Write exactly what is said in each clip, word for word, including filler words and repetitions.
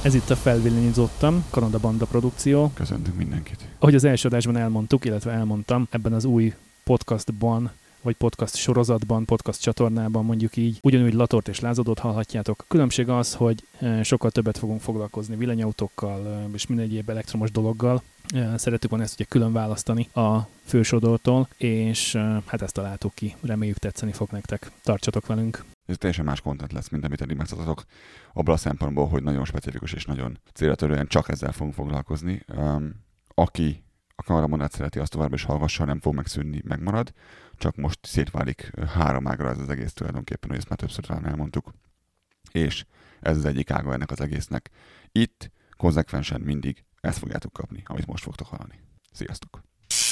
Ez itt a Felvillanizottam, Kanada Banda produkció. Köszöntünk mindenkit. Ahogy az első adásban elmondtuk, illetve elmondtam, ebben az új podcastban, vagy podcast sorozatban, podcast csatornában mondjuk így, ugyanúgy Latort és Lázadót hallhatjátok. A különbség az, hogy sokkal többet fogunk foglalkozni villanyautókkal és minden egyéb elektromos dologgal. Szerettük volna ezt ugye külön választani a fősodortól, és hát ezt találtuk ki. Reméljük tetszeni fog nektek. Tartsatok velünk! Ez teljesen más content lesz, mint amit eddig megszoktatok, abban a szempontból, hogy nagyon specifikus és nagyon célra törően csak ezzel fogunk foglalkozni. Um, aki a kameramondát szereti, azt továbbra is hallgassa, nem fog megszűnni, megmarad. Csak most szétválik három ágra ez az egész tulajdonképpen, hogy ezt már többször talán elmondtuk. És ez az egyik ága ennek az egésznek. Itt konzekvensen mindig ezt fogjátok kapni, amit most fogtok hallani. Sziasztok!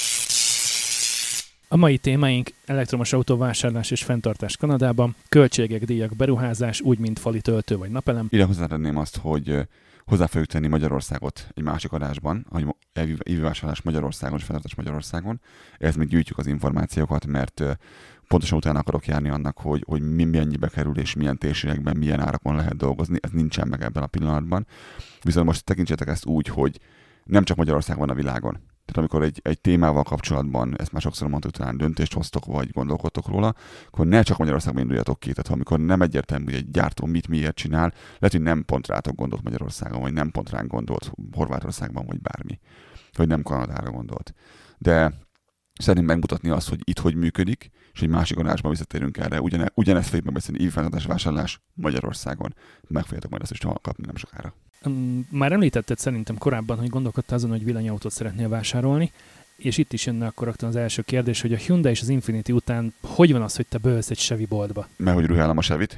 A mai témáink elektromos autóvásárlás és fenntartás Kanadában, költségek, díjak, beruházás, úgy, mint fali töltő vagy napelem. Ide hozzátenném azt, hogy hozzá fogjuk tenni Magyarországot egy másik adásban, hogy évvásárlás Magyarországon és fenntartás Magyarországon. Ez még gyűjtjük az információkat, mert pontosan utána akarok járni annak, hogy, hogy mi mennyibe kerül és milyen térségekben, milyen árakon lehet dolgozni. Ez nincsen meg ebben a pillanatban. Viszont most tekintsétek ezt úgy, hogy nem csak Magyarország van a világon. Tehát amikor egy, egy témával kapcsolatban, ezt már sokszor mondtuk, talán döntést hoztok, vagy gondolkodtok róla, akkor ne csak Magyarországban induljatok ki. Tehát amikor nem egyértelmű, hogy egy gyártó mit miért csinál, lehet, hogy nem pont rátok gondolt Magyarországon, vagy nem pont ránk gondolt Horvátországban, vagy bármi. Vagy nem Kanadára gondolt. De szeretném megmutatni azt, hogy itt hogy működik, és egy másik adásban visszatérünk erre. Ugyane, ugyanezt fogjuk megbeszélni, évfenntartás vásárlás Magyarországon. Meg fogjátok majd ezt is kapni nem sokára. Már említetted szerintem korábban, hogy gondolkodtál azon, hogy villanyautót szeretnél vásárolni, és itt is jönne akkor az első kérdés, hogy a Hyundai és az Infiniti után hogy van az, hogy te beölsz egy Chevy boltba? Mert hogy ruhálom a Chevy-t.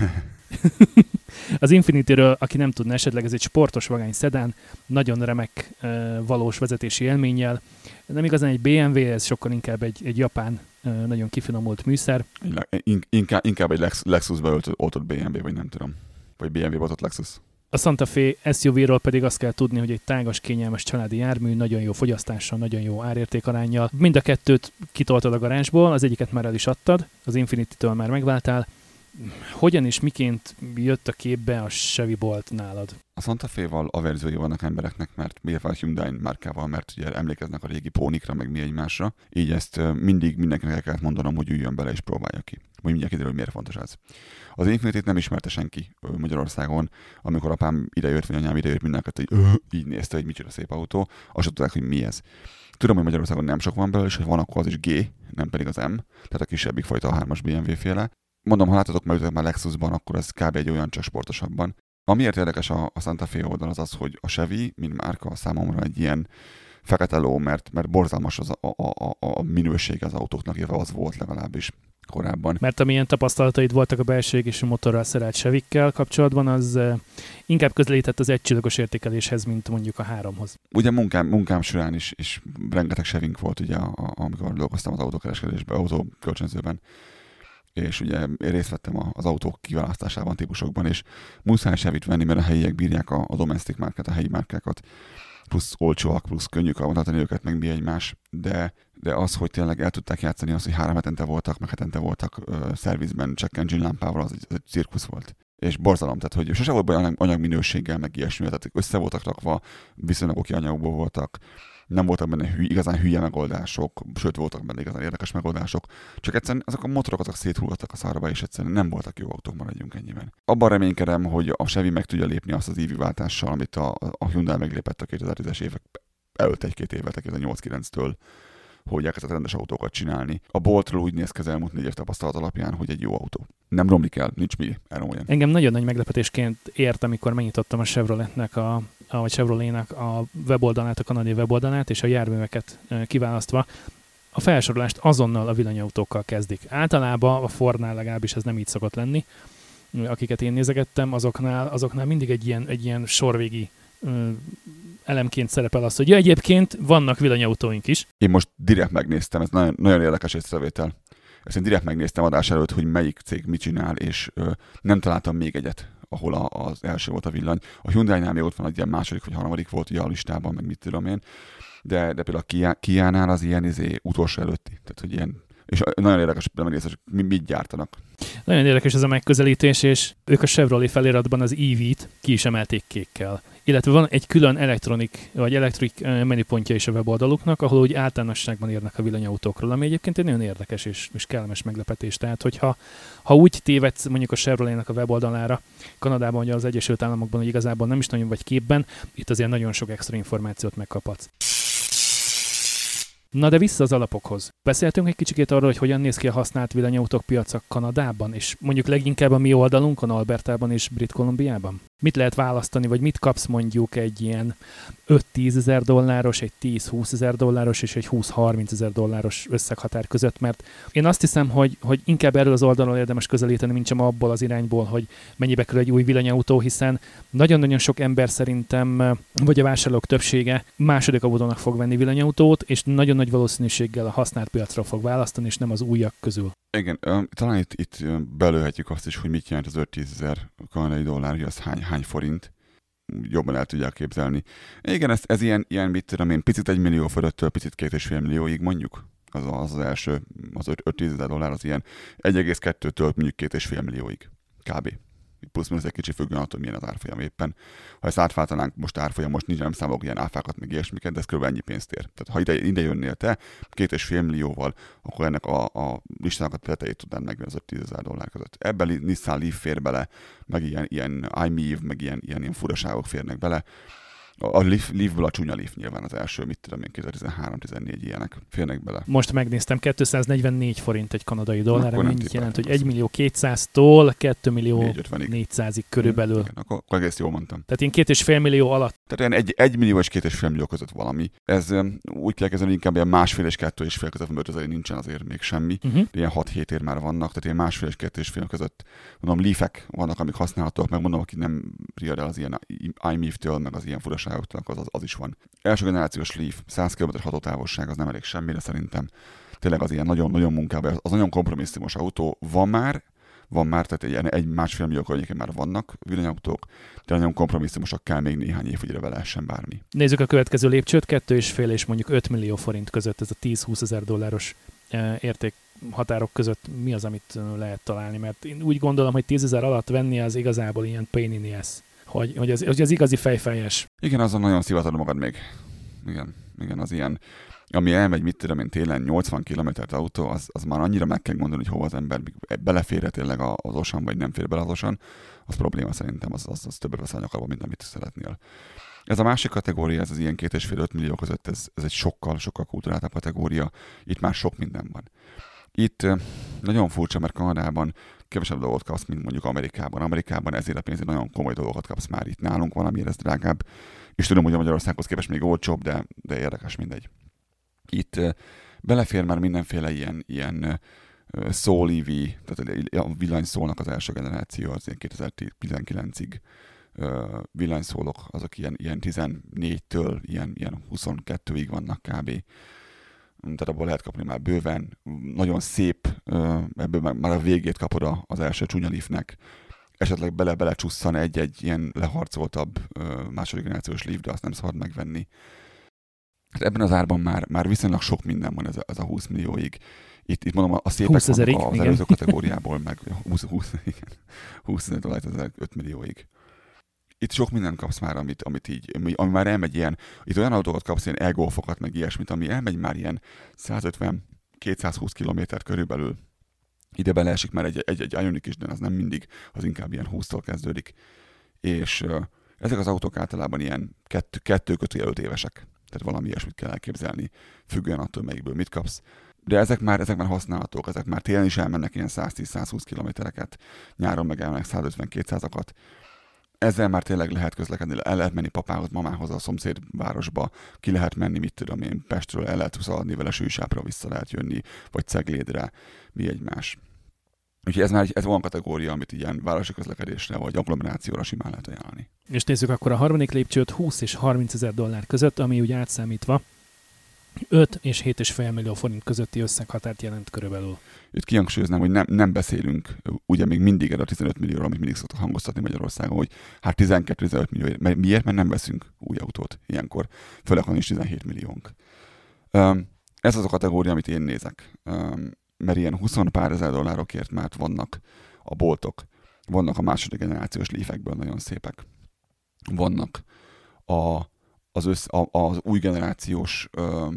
Az Infinitiről, aki nem tudna esetleg, ez egy sportos vagány szedán, nagyon remek valós vezetési élménnyel. Nem igazán egy bé em vé, ez sokkal inkább egy, egy japán, nagyon kifinomult műszer. Inkább, inkább egy Lexusba oltott bé em vé, vagy nem tudom. Vagy bé em vé oltott Lexus. A Santa Fe es u vé-ről pedig azt kell tudni, hogy egy tágas, kényelmes családi jármű, nagyon jó fogyasztással, nagyon jó árértékaránnyal. Mind a kettőt kitoltad a garázsból, az egyiket már el is adtad, az Infinity-től már megváltál. Hogyan és miként jött a képbe a Chevy Bolt nálad? A Santa Fe-val averziói vannak embereknek, mert miért a Hyundai márkával, mert ugye emlékeznek a régi pónikra, meg mi egymásra. Így ezt mindig mindenkinek el kellett mondanom, hogy üljön bele és próbálja ki. Hogy mindjárt kiderül, hogy miért fontos ez. Az Infinity-t nem ismerte senki Magyarországon, amikor apám idejött, vagy anyám idejött, mindenket, hogy így nézte, hogy micsoda szép autó, azt tudták, hogy mi ez. Tudom, hogy Magyarországon nem sok van belőle, és ha van, akkor az is G, nem pedig az M, tehát a kisebbik fajta a hármas bé em vé féle. Mondom, ha láttatok meg már Lexusban, akkor ez kb. Egy olyan csak sportosabban. Amiért érdekes a, a Santa Fe oldal az az, hogy a Chevy, mint márka számomra egy ilyen fekete ló, mert, mert borzalmas az a, a, a, a minőség az autóknak, illetve az volt legalábbis korábban. Mert amilyen tapasztalataid voltak a belső égésű motorral szerelt Chevy-kkel kapcsolatban, az uh, inkább közelített az egycsillagos értékeléshez, mint mondjuk a háromhoz. Ugye munkám, munkám során is, és rengeteg Chevy-nk volt, ugye, a, a, amikor dolgoztam az autókereskedésben, autókölcsönzőben, és ugye én részt vettem az autók kiválasztásában, típusokban, és muszáj Chevy-t venni, mert a helyiek bírják a, a domestic márkát, a helyi márkákat, plusz olcsóak, plusz könnyű karbantartani őket, meg mi egymás, de, de az, hogy tényleg el tudták játszani azt, hogy három hetente voltak, meg hetente voltak ö, szervizben, check engine lámpával, az egy, az egy cirkusz volt. És borzalom, tehát hogy sose volt baj anyagminőséggel, meg ilyesmi, tehát össze voltak rakva, viszonylag oké anyagokból voltak, nem voltak benne hű, igazán hülye megoldások, sőt voltak benne igazán érdekes megoldások, csak egyszerűen azok a motorok azok széthullattak a szárba, és egyszerűen nem voltak jó autók, maradjunk ennyiben. Abban reménykedem, hogy a Chevy meg tudja lépni azt az í vé váltással, amit a, a Hyundai meglépett a kétezer-tízes évek előtt egy-két évet, kétezer-nyolc-kilenctől, hogy elkezdett rendes autókat csinálni. A Boltról úgy néz ki az elmúlt négy év tapasztalat alapján, hogy egy jó autó. Nem romlik el, nincs mi elromoljon. Engem nagyon nagy meglepetésként ért, amikor megnyitottam a Chevroletnek a, a Chevroletnek a weboldalát, a kanadai weboldalát, és a járműveket kiválasztva a felsorolást azonnal a villanyautókkal kezdik. Általában a Fordnál legalábbis ez nem így szokott lenni. Akiket én nézegettem, azoknál, azoknál mindig egy ilyen, egy ilyen sorvégi elemként szerepel az, hogy ja, egyébként vannak villanyautóink is. Én most direkt megnéztem, ez nagyon, nagyon érdekes észrevétel. Ezt én direkt megnéztem adás előtt, hogy melyik cég mit csinál, és ö, nem találtam még egyet, ahol a, az első volt a villany. A Hyundai-nál még ott van egy ilyen második vagy harmadik volt ugye a listában, meg mit tudom én. De, de például a Kia, Kia-nál az ilyen izé, utolsó előtti, tehát hogy ilyen És nagyon érdekes, hogy mit gyártanak. Nagyon érdekes ez a megközelítés, és ők a Chevrolet feliratban az í vét ki is emelték kékkel. Illetve van egy külön elektronik, vagy elektrik menüpontja is a weboldaluknak, ahol úgy általánosságban írnak a villanyautókról, ami egyébként egy nagyon érdekes és, és kellemes meglepetés. Tehát, hogyha ha úgy tévedsz mondjuk a Chevroletnek a weboldalára, Kanadában vagy az Egyesült Államokban, hogy igazából nem is nagyon vagy képben, itt azért nagyon sok extra információt megkaphatsz. Na de vissza az alapokhoz. Beszéltünk egy kicsit arról, hogy hogyan néz ki a használt villanyautók piaca Kanadában, és mondjuk leginkább a mi oldalunkon, Albertában és Brit Columbiában. Mit lehet választani, vagy mit kapsz mondjuk egy ilyen öt-tízezer dolláros, egy tíz-húszezer dolláros és egy húsz-harmincezer dolláros összeghatár között, mert én azt hiszem, hogy, hogy inkább erről az oldalról érdemes közelíteni, mint sem abból az irányból, hogy mennyibe kerül egy új villanyautó, hiszen nagyon-nagyon sok ember szerintem, vagy a vásárlók többsége második autónak fog venni villanyautót, és nagyon nagy valószínűséggel a használt piacra fog választani, és nem az újak közül. Igen, talán itt, itt belőhetjük azt is, hogy mit jelent az öt-tízezer kanadai dollár, hogy az hány, hány forint. Jobban el tudják képzelni. Igen, ez, ez ilyen, ilyen mit tudom én, picit egy millió fölöttől, picit két és fél millióig mondjuk. Az az, az első, az öt-tízezer dollár az ilyen egy egész kettőtől mondjuk két és fél millióig. Kb. Plusz-minusz egy kicsi függően attól, milyen az árfolyam éppen. Ha ezt átváltanánk most árfolyam, most nincs, nem számolok ilyen áfákat, meg ilyesmiket, de ez kb. Ennyi pénzt ér. Tehát ha ide, ide jönnél te, két és fél millióval, akkor ennek a, a listának a tetejét tudnád megvenni az öt-tízezer dollár között. Ebben Nissan Leaf fér bele, meg ilyen, ilyen iMeave, meg ilyen, ilyen, ilyen furaságok férnek bele. A Leaf, Leafből a csúnya Leaf nyilván az első, mit tudom én, kétezer-tizenhárom-tizennégy ilyenek férnek bele. Most megnéztem, kétszáznegyvennégy forint egy kanadai dollár, ami annyit jelent, hogy egy millió kétszáztól két millió négyszázig körülbelül. Igen, akkor, akkor egész jól mondtam. Tehát én két és fél millió alatt. Tehát ilyen egy, egy millió és két és fél millió között valami. Ez um, úgy kell kezdeni, hogy inkább ilyen másfél és kettő és fél között, mert azért nincsen azért még semmi. Uh-huh. De ilyen hat-hét ér már vannak, tehát ilyen másfél és kettő és fél között. Mondom, Leafek vannak, amik használhatóak, meg mondom, aki nem riad el az ilyen iMeave-től, meg az ilyen furaságoktól, az, az is van. Első generációs Leaf, száz kilométeres hatótávolság, az nem elég semmire szerintem. Tényleg az ilyen nagyon-nagyon munkában, az nagyon kompromisszumos autó. Van már, van már, tehát egy, egy másfél millió környékén már vannak villanyautók, de nagyon kompromisszumosak, kell még néhány év, hogy ide lehessen bármi. Nézzük a következő lépcsőt, kettő és fél és mondjuk öt millió forint között, ez a tíz-húszezer dolláros e, érték határok között mi az, amit lehet találni, mert én úgy gondolom, hogy tízezer alatt venni az igazából ilyen pain in the ass. Hogy, hogy, az, hogy az igazi fejfejes. Igen, azon nagyon szivatod magad még. Igen, igen, az ilyen, ami elmegy, mit tudom én, télen nyolcvan kilométert autó, az, az már annyira meg kell gondolni, hogy hova az ember beleférhet tényleg az osan, vagy nem fér bele az osan. Az probléma szerintem, az, az, az többet vesz a nyakaba, mint amit szeretnél. Ez a másik kategória, ez az ilyen két és fél öt millió között, ez, ez egy sokkal, sokkal kulturáltabb kategória. Itt már sok minden van. Itt nagyon furcsa, mert Kanadában kevesebb dolgot kapsz, mint mondjuk Amerikában. Amerikában ezért a pénzért nagyon komoly dolgokat kapsz már itt nálunk, valamiért ez drágább. És tudom, hogy a Magyarországhoz képest még olcsóbb, de, de érdekes mindegy. Itt belefér már mindenféle ilyen, ilyen Soul é vé, tehát a villanyszólnak az első generáció, az ilyen kétezer-tizenkilencig villanyszólok, azok ilyen, ilyen tizennégytől ilyen, ilyen huszonkettőig vannak kb. Tehát abból lehet kapni már bőven. Nagyon szép, ebből már a végét kapod az első csúnya Leafnek. Esetleg bele-bele csusszan egy-egy ilyen leharcoltabb második generációs Leaf, de azt nem szabad megvenni. Hát ebben az árban már, már viszonylag sok minden van ez a, ez a húsz millióig. Itt, itt mondom, a szépek vannak az előző kategóriából, meg húsz, húsz, igen, húsz ezer dollár öt millióig. Itt sok mindent kapsz már, amit, amit így, ami már elmegy ilyen, itt olyan autókat kapsz, ilyen e-golfokat, meg ilyesmit, ami elmegy már ilyen százötven-kétszázhúsz kilométer körülbelül. Ide beleesik már egy, egy, egy Ioniq is, de az nem mindig, az inkább ilyen húsztól kezdődik. És uh, ezek az autók általában ilyen kettő, kettő kötőjel öt évesek. Tehát valami ilyesmit kell elképzelni, függően attól, melyikből mit kapsz. De ezek már, ezek már használhatók, ezek már télen is elmennek ilyen száztíz-százhúsz kilométereket, nyáron meg elmennek százötven-kétszázakat. Ezzel már tényleg lehet közlekedni, el lehet menni papához, mamához a szomszédvárosba, ki lehet menni, mit tudom én, Pestről el lehet szaladni vele, Sűsápra vissza lehet jönni, vagy Ceglédre, mi egymás. Úgyhogy ez már ez olyan kategória, amit ilyen városi közlekedésre vagy agglomerációra simán lehet ajánlani. És nézzük akkor a harmadik lépcsőt, húsz és harminc ezer dollár között, ami úgy átszámítva öt és hét és fél millió forint közötti összeghatárt jelent körülbelül. Itt kihangsúlyoznám, hogy nem, nem beszélünk ugye még mindig erre a tizenöt millióról, amit mindig szoktak hangoztatni Magyarországon, hogy hát tizenkettő-tizenöt millió. Mert miért? Mert nem veszünk új autót ilyenkor. Főleg van is tizenhét milliónk. Ez az a kategória, amit én nézek. mert ilyen húsz pár ezer dollárokért már vannak a boltok, vannak a második generációs Leafekből nagyon szépek. Vannak a, az, össz, a, az új generációs ö,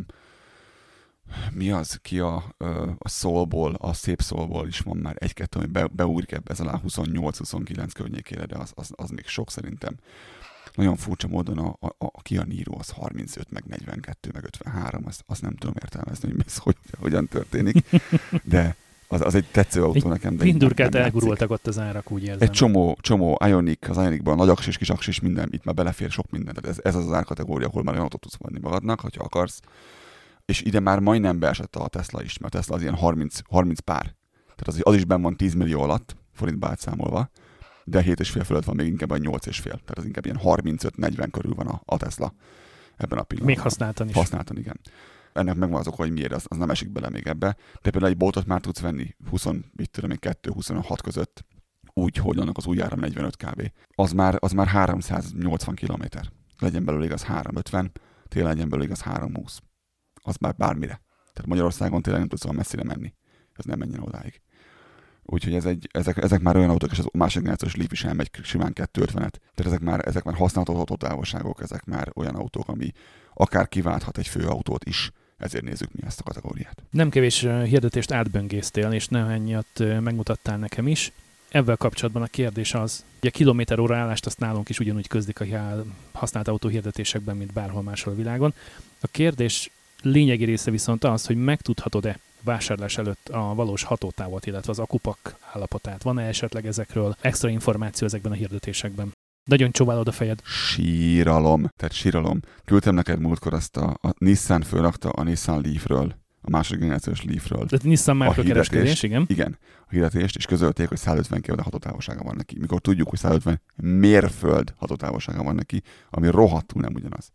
mi az, ki a, ö, a Soulból, a szép Soulból is van már egy-kettő, ami be, beugrik ebbe ez alá huszonnyolc-huszonkilenc környékére, de az, az, az még sok szerintem. Nagyon furcsa módon a, a, a Kia Niro az harmincöt, meg negyvenkettő, meg ötvenhárom, azt, azt nem tudom értelmezni, hogy ez hogy, hogyan történik, de az, az egy tetsző autó egy nekem. Pindurkát elgurultak ott az árak, úgy érzem. Egy csomó, csomó Ioniq, az Ioniqban nagy aksis, kis aksis, minden, itt már belefér sok minden. Tehát ez, ez az az árkategória, ahol már olyan autót tudsz venni magadnak, hogyha akarsz. És ide már majdnem beesett a Tesla is, mert a Tesla az ilyen harminc, harminc pár. Tehát az, az is benn van tíz millió alatt, forintba átszámolva, de hét és fél fölött van még inkább a nyolc és fél. Tehát az inkább ilyen harmincöt-negyven körül van a, a Tesla ebben a pillanatban. Még használtan is. Használtan, igen. Ennek megvan az oka, hogy miért, az, az nem esik bele még ebbe. De például egy boltot már tudsz venni húsz, mit tudom én, kettő huszonhat között, úgy, hogy annak az új ára negyvenöt kb. Az már, az már háromszáznyolcvan kilométer. Legyen belőle igaz háromszázötven, tényleg legyen belőle igaz háromszázhúsz. Az már bármire. Tehát Magyarországon tényleg nem tudsz olyan messzire menni. Ez nem menjen odáig. Úgyhogy ez egy, ezek, ezek már olyan autók, és az második generációs Leaf is elmegy simán kétszázötvenet. Tehát ezek már, ezek már használható autótávolságok, ezek már olyan autók, ami akár kiválthat egy főautót is. Ezért nézzük mi ezt a kategóriát. Nem kevés hirdetést átböngésztél, és néhányat megmutattál nekem is. Ebben kapcsolatban a kérdés az, hogy a kilométer óra állást azt nálunk is ugyanúgy közdik a használt autó hirdetésekben, mint bárhol máshol a világon. A kérdés lényegi része viszont az, hogy megtudhatod-e vásárlás előtt a valós hatótávot, illetve az akupak állapotát. Van-e esetleg ezekről extra információ ezekben a hirdetésekben? Nagyon csóválod a fejed. Síralom. Tehát síralom. Küldtem neked múltkor azt a, a Nissan fölrakta a Nissan Leafről, a második generációs Leafről. Tehát Nissan márka kereskedés, igen. Igen, a hirdetést, és közölték, hogy százötven kilométer hatótávolsága van neki. Mikor tudjuk, hogy százötven mérföld hatótávolsága van neki, ami rohadtul nem ugyanaz.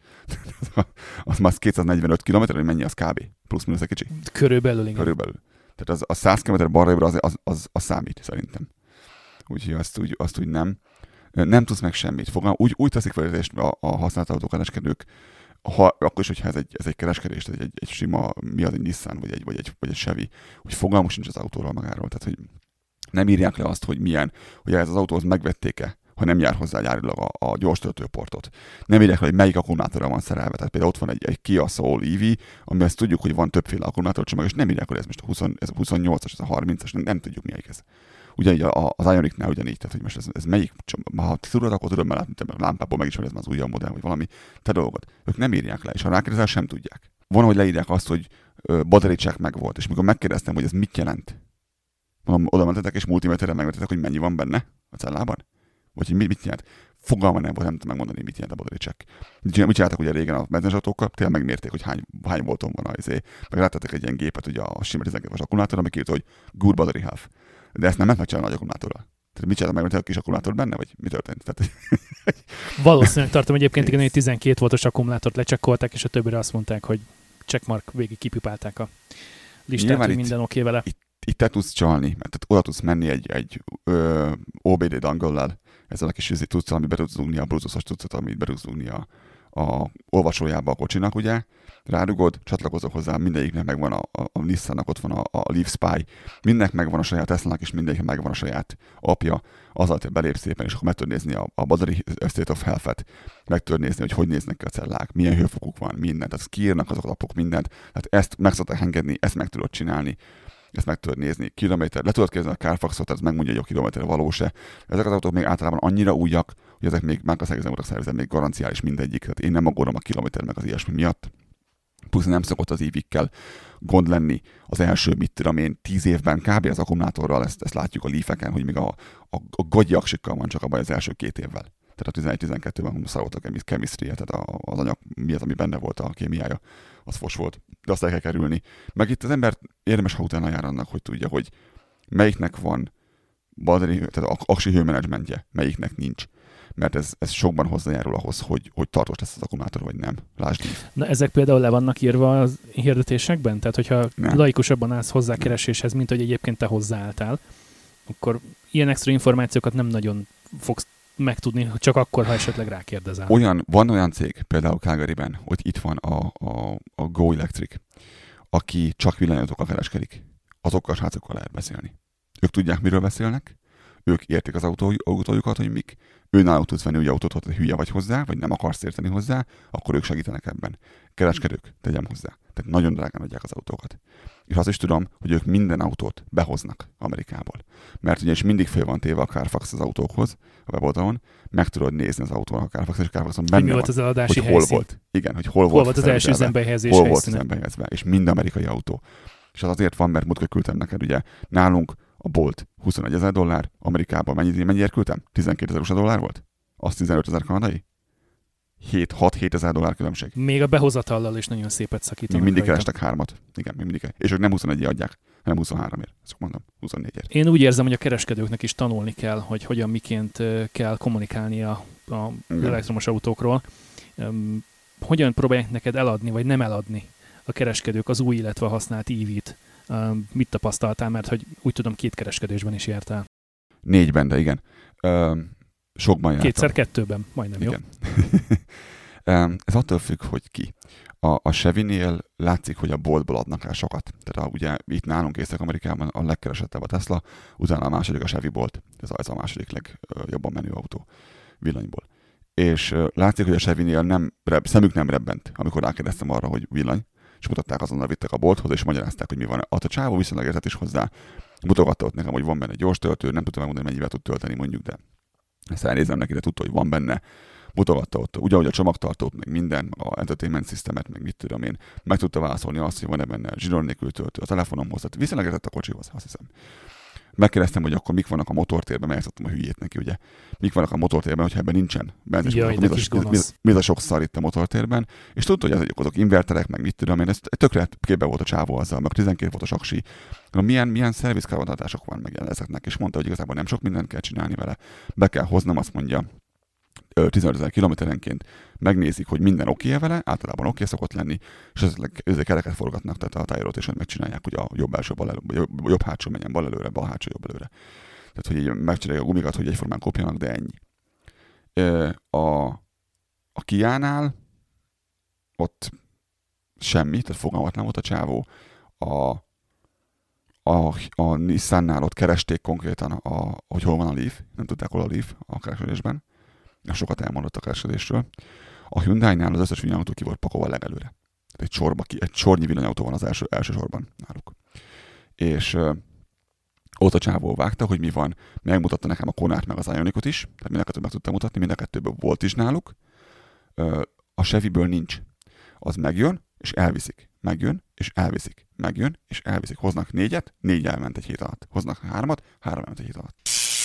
Az már kétszáznegyvenöt kilométer, hogy mennyi az kb. Plusz-minusz egy kicsi. Körülbelül, igen. Körülbelül. Tehát az, a száz kilométer balra-jobbra az, az, az, az számít, szerintem. Úgyhogy azt úgy, azt úgy nem. Nem tudsz meg semmit. Fogalm, úgy, úgy teszik felületést a, a használt autókereskedők, ha, akkor is, hogyha ez egy, ez egy kereskedés, egy, egy, egy sima, mi az, egy Nissan, vagy egy, vagy egy, vagy egy Chevy, hogy fogalmuk sincs az autóról magáról. Tehát, hogy nem írják le azt, hogy milyen, hogy ez az autóhoz megvették-e, ha nem jár hozzá gyárilag a, a gyors töltőportot. Nem írják le, hogy melyik akkumulátorra van szerelve. Tehát például ott van egy, egy Kia Soul é vé, ami azt tudjuk, hogy van többféle akkumulátorcsomag, és nem írják, hogy ez most a húsz, ez a huszonnyolcas, ez a harmincas, nem, nem tudjuk melyik ez. Ugyanígy az Ioniqnál ugyanígy, tehát hogy most ez, ez melyik, ha tudod, akkor tudod, mert látni, lámpából meg is, hogy ez már az újabb modell, vagy valami, te dolgod. Ők nem írják le, és ha rákérdezel, sem tudják. Van, hogy leírják azt, hogy battery check meg volt, és mikor megkérdeztem, hogy ez mit jelent, mondom, oda mentetek, és multiméterrel megvetetek, hogy mennyi van benne a cellában, vagy hogy mit, mit jelent. Fogalma nem volt, nem tudom megmondani, mit jelent a battery check. Mit csináltak ugye régen a benzinos autókkal, tényleg megmérték, hogy hány, hány volton van az izé. Meg láttattak egy ilyen gépet, ugye a sima tizenkettes akkumulátor, ami írta, hogy good battery health. De ezt nem ment megcsinálni nagy akkumulátorral. Tehát mit csináltak meg, hogy a kis akkumulátor benne, vagy mi történt? Tehát... Valószínűleg tartom egyébként, igen, hogy tizenkét voltos akkumulátort lecsekkolták, és a többire azt mondták, hogy checkmark, végig kipipálták a listát, hogy minden oké vele. Itt, itt te tudsz csalni, mert oda tudsz menni egy, egy ö, o bé dé dongle-lel, ezzel a kis cuccal, amit be tudsz dugni, a bluetooth-os cuccot, amit be tudsz dugni a, a olvasójába a kocsinak, ugye? Rádugod, csatlakozok hozzá, mindegyiknek megvan a, a, a Nissannak, ott van a, a Leaf Spy, mindennek megvan a saját Teslának, és mindegyiknek megvan a saját apja, azzal te belépsz szépen, és akkor meg tudod nézni a, a battery state of health-et, meg tudod nézni, hogy hogy néznek ki a cellák, milyen hőfokuk van, mindent, tehát kiírnak azok a lapok mindent, tehát ezt meg szokták engedni, ezt meg tudod csinálni, ezt meg tudod nézni, kilométer, le tudod kérdezni a Carfaxot, ez megmondja, hogy a kilométer valós-e. Ezek az autók még általában annyira újak, hogy ezek még márkaszervezet voltak szervezve, még garanciális mindegyik, tehát én nem aggódom a kilométer meg az ilyesmi miatt. Plusz nem szokott az ívikkel gond lenni az első, mit tudom én, tíz évben kb. Az akkumulátorral, ezt, ezt látjuk a Leafeken, hogy még a, a, a gagyaksikkal van csak a baj az első két évvel. Tehát a tizenegy-tizenkettőben szarult a chemistry, tehát az anyag mi az, ami benne volt a kémiája, az fos volt. De azt el kell kerülni. Meg itt az ember érdemes, ha utána jár annak, hogy tudja, hogy melyiknek van battery, tehát aksi hőmenedzsmentje, melyiknek nincs. Mert ez, ez sokban hozzájárul ahhoz, hogy, hogy tartós lesz az akkumulátor, vagy nem. Lásd. Na ezek például le vannak írva az hirdetésekben? Tehát hogyha nem. Laikusabban állsz hozzá kereséshez, mint hogy egyébként te hozzáálltál, akkor ilyen extra információkat nem nagyon fogsz megtudni, csak akkor, ha esetleg rákérdezel. Olyan, van olyan cég, például Calgaryben, hogy itt van a, a, a Go Electric, aki csak villanyautókkal kereskedik. azokkal a srácokkal lehet beszélni. Ők tudják, miről beszélnek, ők értik az autó, autójukat, hogy mik, ő náluk tudsz venni új autót, hogy hülye vagy hozzá, vagy nem akarsz érteni hozzá, akkor ők segítenek ebben. Kereskedők, tegyem hozzá. Tehát nagyon drágán adják az autókat. És azt is tudom, hogy ők minden autót behoznak Amerikából. Mert ugye is mindig fél van téve a Carfax az autókhoz, a weboldalon, meg tudod nézni az autónak a Carfax, és Carfaxon benne volt az van, hogy hol helyszín. volt. Igen, hogy hol, hol volt, volt az első üzembehelyezés hol helyszíne. volt az üzembehelyezve, és mind amerikai autó. És az azért van, mert múltkor küldtem neked, ugye nálunk a Bolt huszonegyezer dollár, Amerikában mennyi, mennyiért küldtem? tizenkétezer u es á dollár volt? Az tizenötezer kanadai? hat-hét ezer dollár különbség. Még a behozatallal is nagyon szépet szakítanak. Még mindig kerestek hármat. Igen, még mindig. És ők nem huszonegyért adják, hanem huszonháromért. Ezt mondom, huszonnégyért. Én úgy érzem, hogy a kereskedőknek is tanulni kell, hogy hogyan, miként kell kommunikálni a, a elektromos autókról. Um, hogyan próbálják neked eladni, vagy nem eladni a kereskedők az új, illetve a használt í vét. Um, mit tapasztaltál, mert hogy úgy tudom, két kereskedésben is jártál. Négyben, de igen. Um, Sokban jártam. Kétszer kettőben, majdnem igen. Jó. Ez attól függ, hogy ki. A, a Chevy-nél látszik, hogy a boltból adnak el sokat. Tehát a, ugye itt nálunk Észak-Amerikában a legkeresettebb a Tesla, utána a második a Chevy Bolt. Ez az a második legjobban menő autó villanyból. És látszik, hogy a Chevy-nél nem, szemük nem rebbent, amikor rákérdeztem arra, hogy villany, és mutatták, azonnal vittek a bolthoz, és magyarázták, hogy mi van. A csávó viszonylag értett is hozzá. Mutogatta ott nekem, hogy van benne egy gyors töltő, nem tudtam megmondani, mennyivel tud tölteni mondjuk, de ezt elnézem neki, de tudta, hogy van benne. Mutogatta ott, ugyanúgy a csomagtartót, meg minden, a entertainment systemet, meg mit tudom én, meg tudta válaszolni azt, hogy van-e benne zsiron nélkül töltő a telefonomhoz, tehát viszonylag értett a kocsihoz, azt hiszem. Megkérdeztem, hogy akkor mik vannak a motortérben, mert tudtam a hülyét neki, ugye. Mik vannak a motortérben, hogyha ebben nincsen benzis, Jaj, mi, mi, mi, mi az a sok szar itt a motortérben, és tudta, hogy ezek azok inverterek, meg mit tudom én, ez tökre képbe volt a csávó azzal, meg tizenkét voltos aksi. Milyen, milyen szervizkarbantatások van meg ezeknek, és mondta, hogy igazából nem sok mindent kell csinálni vele. Be kell hoznom, azt mondja, tizenötezer kilométerenként megnézik, hogy minden oké -e vele, általában oké szokott lenni, és ezek kereket forgatnak, tehát a tire rotation megcsinálják, hogy a jobb első, bal elő, jobb, jobb hátsó menjen bal előre, bal hátsó jobb előre. Tehát, hogy így megcsinálják a gumikat, hogy egyformán kopjanak, de ennyi. A, a Kia-nál ott semmi, tehát fogalmatlan volt a csávó. A, a, a Nissan-nál ott keresték konkrétan, a, hogy hol van a Leaf, nem tudták, hol a Leaf a kereskedésben. Sokat elmondott a kereskedésről. A Hyundai-nál az összes villanyautó ki volt pakolva legelőre. Egy, sorba ki, egy sornyi villanyautó van az első, első sorban náluk. És ö, ott a csávó vágta, hogy mi van. Megmutatta nekem a Konát meg az Ionicot is, tehát mind a kettőt meg tudtam mutatni, mind a kettőből volt is náluk. Ö, a Chevy-ből nincs. Az megjön, és elviszik. Megjön, és elviszik. Megjön, és elviszik. Hoznak négyet, négy elment egy hét alatt. Hoznak hármat, három elment egy hét alatt.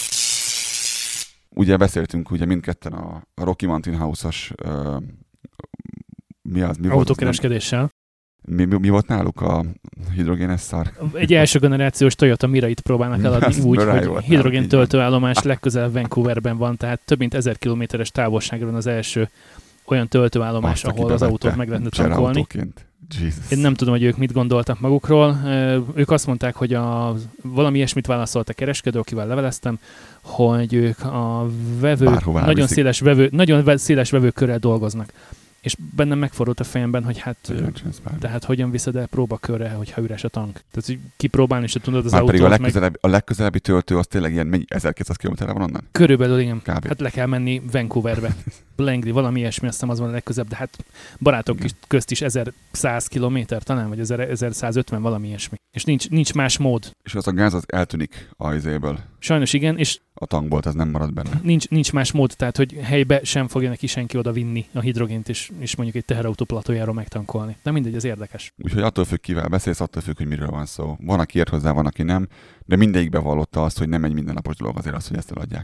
Ugye beszéltünk ugye mindketten a Rocky Mountain House-os uh, mi az? Mi autókereskedéssel. Mi, mi, mi volt náluk a hidrogénes szar? Egy első generációs Toyota Mirait próbálnak eladni úgy, hogy hidrogén töltőállomás legközelebb Vancouverben van, tehát több mint ezer kilométeres távolságra van az első olyan töltőállomás, azt, ahol az autót meg lehetne tankolni. Jesus. Én nem tudom, hogy ők mit gondoltak magukról. Ők azt mondták, hogy a, valami ilyesmit válaszolt a kereskedő, akivel leveleztem, hogy ők a vevő, nagyon széles, vevő, nagyon széles vevőkörrel dolgoznak. És bennem megfordult a fejemben, hogy hát, tehát hogyan viszed el próbakörre, hogyha üres a tank. Tehát, hogy kipróbálni se tudod az már autót. Pedig a legközelebbi, meg... a legközelebbi töltő az tényleg ilyen mennyi, ezerkétszáz kilométerre van onnan? Körülbelül igen. Kb. Hát le kell menni Vancouverbe. Langley, valami ilyesmi, azt hiszem az van a legközelebb, de hát barátok igen. közt is ezerszáz kilométer talán, vagy ezerszázötven valami ilyesmi. És nincs, nincs más mód. És az a gáz az eltűnik a izéből. Sajnos igen, és a tankból, ez nem marad benne. Nincs, nincs más mód, tehát hogy helybe sem fogja neki senki oda vinni a hidrogént, és, és mondjuk egy teherautó platójáról megtankolni. De mindegy, ez érdekes. Úgyhogy attól függ, kivel beszélsz, attól függ, hogy miről van szó. Van, aki ért hozzá, van, aki nem, de mindegyik bevallotta azt, hogy nem egy mindennapos dolog azért az, hogy ezt eladják.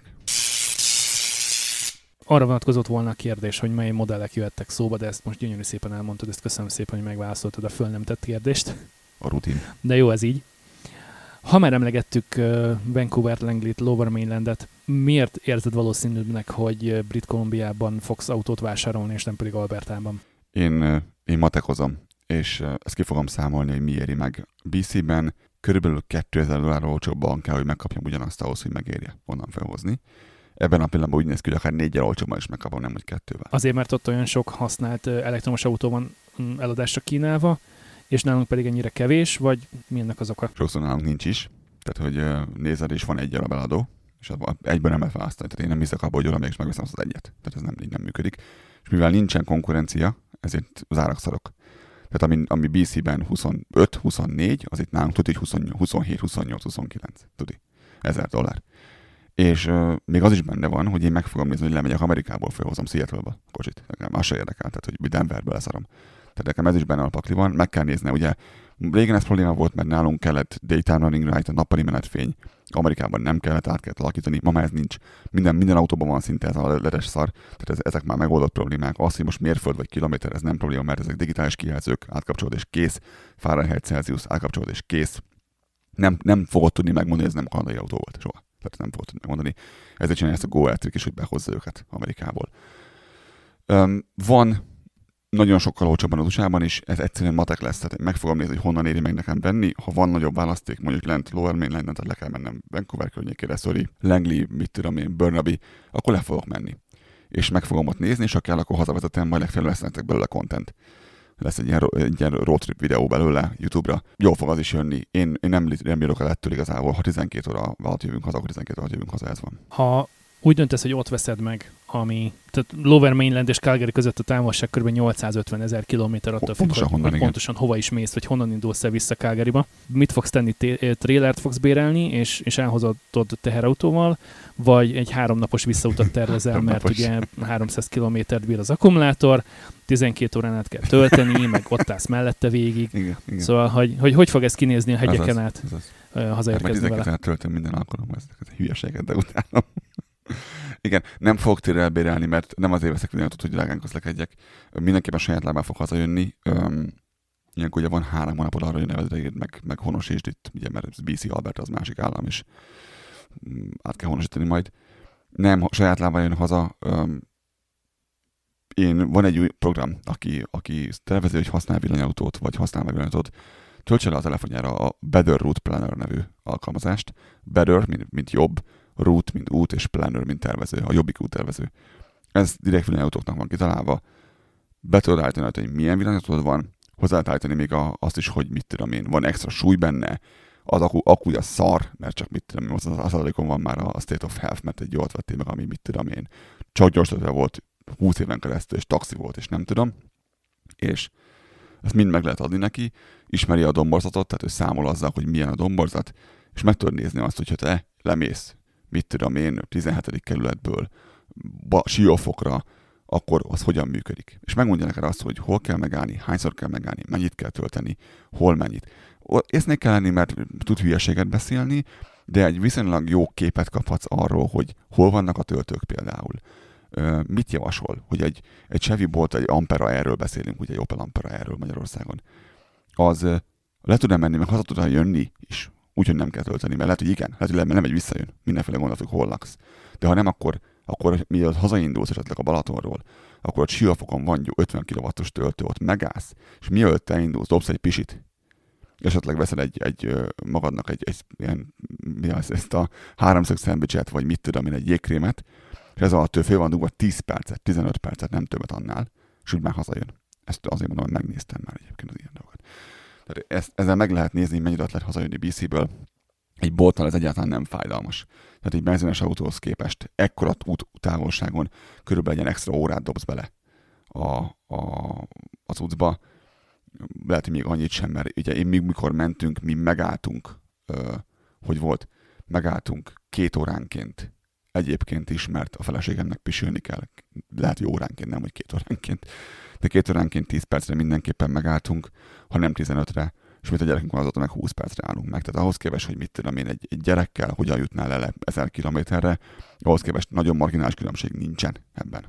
Arra vonatkozott volna a kérdés, hogy mely modellek jöhettek szóba, de ezt most gyönyörű szépen elmondtad, ezt köszönöm szépen, hogy megválaszoltad a föl nem tett kérdést. A rutin. De jó, ez így. Ha már emlegettük uh, Vancouver, Langley-t, Lower Mainlandet, miért érzed valószínűbbnek, hogy Brit Columbiában fogsz autót vásárolni, és nem pedig Albertában? Én, én matekozom, és ezt ki fogom számolni, hogy mi éri meg. bé cé-ben körülbelül kétezer dollárról olcsóbban kell, hogy megkapjam ugyanazt ahhoz, hogy megérje onnan felhozni. Ebben a pillanatban úgy néz ki, hogy akár négyel olcsóbban is megkapom, nem hogy kettővel. Azért, mert ott olyan sok használt elektromos autó van eladásra kínálva, és nálunk pedig ennyire kevés, vagy mi ennek az oka? Sokszor nálunk nincs is, tehát hogy nézed, és van egy darab eladó, és egyben nem lehet választani. Tehát én nem hiszek abba, hogy oda mégis megveszem azt az egyet. Tehát ez nem, így nem működik. És mivel nincsen konkurencia, ezért az árak szarok. Tehát ami, ami bé cé-ben huszonöt huszonnégy, az itt nálunk tudj, hogy huszonhét huszonnyolc huszonkilenc. Tudj, ezer dollár. És uh, még az is benne van, hogy én meg fogom nézni, hogy lemegyek Amerikából, felhozom Seattle-ba a kocsit. Nekem az se érdekel, tehát hogy Denverbe leszarom. Tehát nekem ez is benne a pakliban. Meg kell nézni, ugye régen ez probléma volt, mert nálunk kellett daytime running light, a nappali menetfény. Amerikában nem kellett, át kellett alakítani, ma már ez nincs. Minden, minden autóban van szinte ez a ledes szar, tehát ez, ezek már megoldott problémák. Az, hogy most mérföld vagy kilométer, ez nem probléma, mert ezek digitális kijelzők, átkapcsolod és kész, Fahrenheit Celsius, átkapcsolod és kész. Nem, nem fogod tudni megmondani, hogy ez nem kanadai autó volt soha. Tehát nem fogod tudni megmondani. Ezért csinálja ezt a Go Electric is, hogy behozza őket Amerikából. Um, van nagyon sokkal olcsóbban az u es á-ban is, ez egyszerűen matek lesz, tehát meg fogom nézni, hogy honnan éri meg nekem venni. Ha van nagyobb választék, mondjuk lent Lower Mainland, tehát le kell mennem Vancouver környékére, sorry, Langley, mit tudom én, Burnaby, akkor le fogok menni. És meg fogom ott nézni, és ha kell, akkor hazavezetem, majd legfeljebb lesz nektek belőle content. Lesz egy ilyen, egy ilyen road trip videó belőle YouTube-ra. Jól fog az is jönni. Én, én nem, nem bírok el ettől igazából. Ha tizenkét óra alatt jövünk haza, akkor tizenkét óra alatt jövünk haza, ez van. Ha úgy döntesz, hogy ott veszed meg, ami, tehát Lower Mainland és Calgary között a távolság kb. nyolcszázötven ezer kilométer, attól függ, hogy, honnan, hogy pontosan hova is mész, vagy honnan indulsz el vissza Calgaryba. Mit fogsz tenni? Trailert fogsz bérelni, és, és elhozod teherautóval, vagy egy háromnapos visszautat tervezel, mert ugye háromszáz kilométert bír az akkumulátor, tizenkét órán át kell tölteni, meg ott állsz mellette végig. Igen, igen. Szóval, hogy, hogy hogy fog ez kinézni a hegyeken az át az, az. hazaérkezni vele? tizenkét töltöm minden alkalommal ezeket a hülyeséget, de utána. Igen, nem fogok térre elbérelni, mert nem azért veszek videót, hogy drágán közlekedjek. Mindenképpen saját lábán fog hazajönni. Üm, ilyenkor ugye van három hónapod arra, hogy nevedre meg, meg honosítsd itt, ugye, mert bé cé Alberta az másik állam, és um, át kell honosítani majd. Nem, saját lábán jön haza. Um, én, van egy új program, aki, aki tervezi, hogy használ villanyautót, vagy használ meg villanyautót, töltse le a telefonjára a Better Route Planner nevű alkalmazást. Better, mint, mint jobb, Route, mint út, és Planner, mint tervező, a jobbik úttervező. Ez direkt villanyautóknak van kitalálva. Be tudod állítani, hogy milyen villanyautód van, hozzá lehet állítani még a, azt is, hogy mit tudom én, van extra súly benne, az akku, akkuja szar, mert csak mit tudom én, most az adalékon van már a State of Health, mert egy jót vettél meg, ami mit tudom én, csak gyorsítva volt húsz éven keresztül, és taxi volt, és nem tudom. És ezt mind meg lehet adni neki, ismeri a domborzatot, tehát ő számol azzal, hogy milyen a domborzat, és meg tudod nézni azt, hogy ha te lemész, mit tudom én, tizenhetedik kerületből Siófokra, akkor az hogyan működik. És megmondja neked azt, hogy hol kell megállni, hányszor kell megállni, mennyit kell tölteni, hol mennyit. Észnél kell lenni, mert tud hülyeséget beszélni, de egy viszonylag jó képet kaphatsz arról, hogy hol vannak a töltők például. Mit javasol? Hogy egy, egy Chevy Bolt, egy Ampera erről beszélünk, ugye Opel Ampera erről Magyarországon. Az le tud-e menni, meg haza tud-e jönni is. Úgyhogy nem kell tölteni, mert lehet, hogy igen, lehet, hogy nem egy visszajön. Mindenféle gondolatok, hol laksz. De ha nem, akkor, akkor mielőtt hazaindulsz esetleg a Balatonról, akkor ott Siófokon van ötven kilowattos töltő, ott megállsz, és mielőtt elindulsz, dobsz egy pisit. Esetleg veszel egy, egy magadnak egy, egy ilyen, mi az, ezt a háromszög szendvicset, vagy mit tudom én, egy jégkrémet, és ez alatt föl van dugva tíz percet, tizenöt percet, nem többet annál, és úgy már hazajön. Ezt azért mondom, hogy megnéztem már egyébként az ilyen dolgokat. Tehát ezt, ezzel meg lehet nézni, mennyire lehet hazajönni bé céből. Egy Boltnál ez egyáltalán nem fájdalmas. Tehát egy benzines autóhoz képest ekkora út távolságon körülbelül egy extra órát dobsz bele a, a, az útba. Lehet, hogy még annyit sem, mert ugye én még mikor mentünk, mi megálltunk, ö, hogy volt, megálltunk két óránként egyébként is, mert a feleségemnek pisilni kell. Lehet, hogy óránként, nem, hogy két óránként. De két óránként tíz percre mindenképpen megálltunk, ha nem tizenötre, és mit a gyerekünk van, azóta meg húsz percre állunk meg. Tehát ahhoz képest, hogy mit tudom én, egy, egy gyerekkel hogyan jutnál el ezer kilométerre, ahhoz képest nagyon marginális különbség nincsen ebben.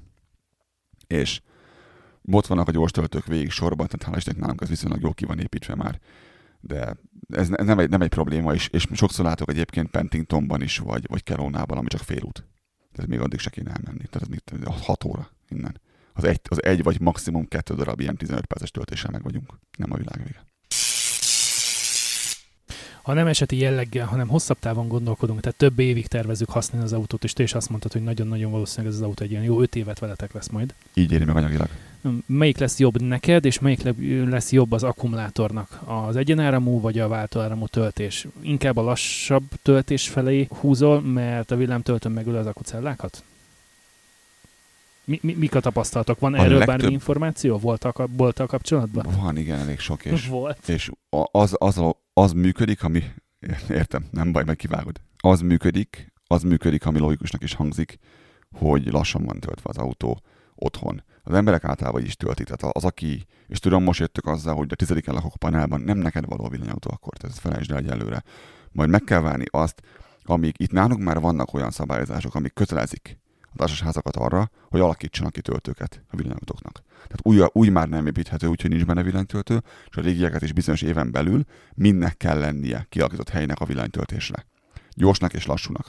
És ott vannak a gyors töltők végig sorban, tehát hála Istennek nálunk ez viszonylag jól ki van építve már. De ez nem egy, nem egy probléma, és, és sokszor látok egyébként Pentingtonban is, vagy, vagy Kelownában, ami csak félút. Tehát még addig se kéne elmenni. Tehát ez hat óra innen. Az egy, az egy vagy maximum kettő darab ilyen tizenöt perces töltéssel meg vagyunk. Nem a világ vége. Ha nem eseti jelleggel, hanem hosszabb távon gondolkodunk, tehát több évig tervezzük használni az autót, és te is azt mondtad, hogy nagyon-nagyon valószínűleg ez az autó egy ilyen jó öt évet veletek lesz majd. Így éri meg anyagilag. Melyik lesz jobb neked, és melyik lesz jobb az akkumulátornak? Az egyenáramú vagy a váltóáramú töltés? Inkább a lassabb töltés felé húzol, mert a villámtöltőn megül az akkucellákat? Mi, mi, mik a tapasztalatok? Van a erről legtöbb... bármi információ? Volt a, volt a kapcsolatban? Van, igen, elég sok. És, Volt. és az, az, az működik, ami... Értem, nem baj, meg kivágod. Az működik, az működik, ami logikusnak is hangzik, hogy lassan van töltve az autó otthon. Az emberek általában is töltik. Tehát az, aki... És tudom, most jöttök azzal, hogy a tizediken lakok a panelban, nem neked való a villanyautó akkor, tehát felejtsd el egyelőre. Majd meg kell várni azt, amíg itt nálunk már vannak olyan szabályozások, amik kötelezik a társasházakat arra, hogy alakítsanak ki töltőket a villanyautóknak. Tehát új, új már nem építhető, úgyhogy nincs benne villanytöltő, és a régieket is bizonyos éven belül mindnek kell lennie kialakított helynek a villanytöltésre. Gyorsnak és lassúnak.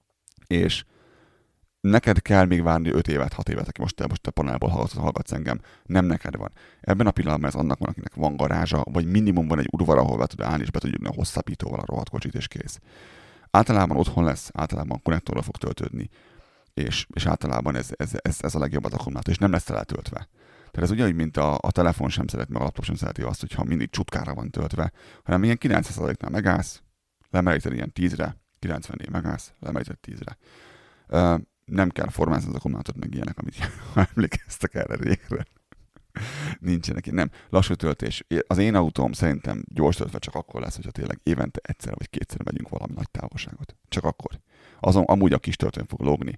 És neked kell még várni öt évet, hat évet, aki most te, most te panelból hallgatsz, hallgatsz engem. Nem neked van. Ebben a pillanatban ez annak van, akinek van garázsa, vagy minimum van egy udvar, ahol be tud állni, és be tud jönni a hosszabbítóval a rohadt kocsit, és kész. Általában otthon lesz, általában konnektorral fog töltődni. És, és általában ez, ez, ez, ez a legjobb az akkumulátor, és nem lesz eltöltve. Tehát ez ugyanúgy, mint a, a telefon sem szereti, meg a laptop sem szereti azt, hogyha mindig csutkára van töltve, hanem ilyen kilencven százaléknál megállsz, lemeríted ilyen tízre, kilencvennél megállsz, lemeríted tízre. Uh, nem kell formázni az akkumulátort, meg ilyenek, amit emlékeztek erre régre. Nincsenek ilyen, nem. Lassú töltés. Az én autóm szerintem gyors töltve csak akkor lesz, hogyha tényleg évente egyszer vagy kétszer megyünk valami nagy távolságot. Csak akkor. Azon amúgy a kis töltőn fog lógni.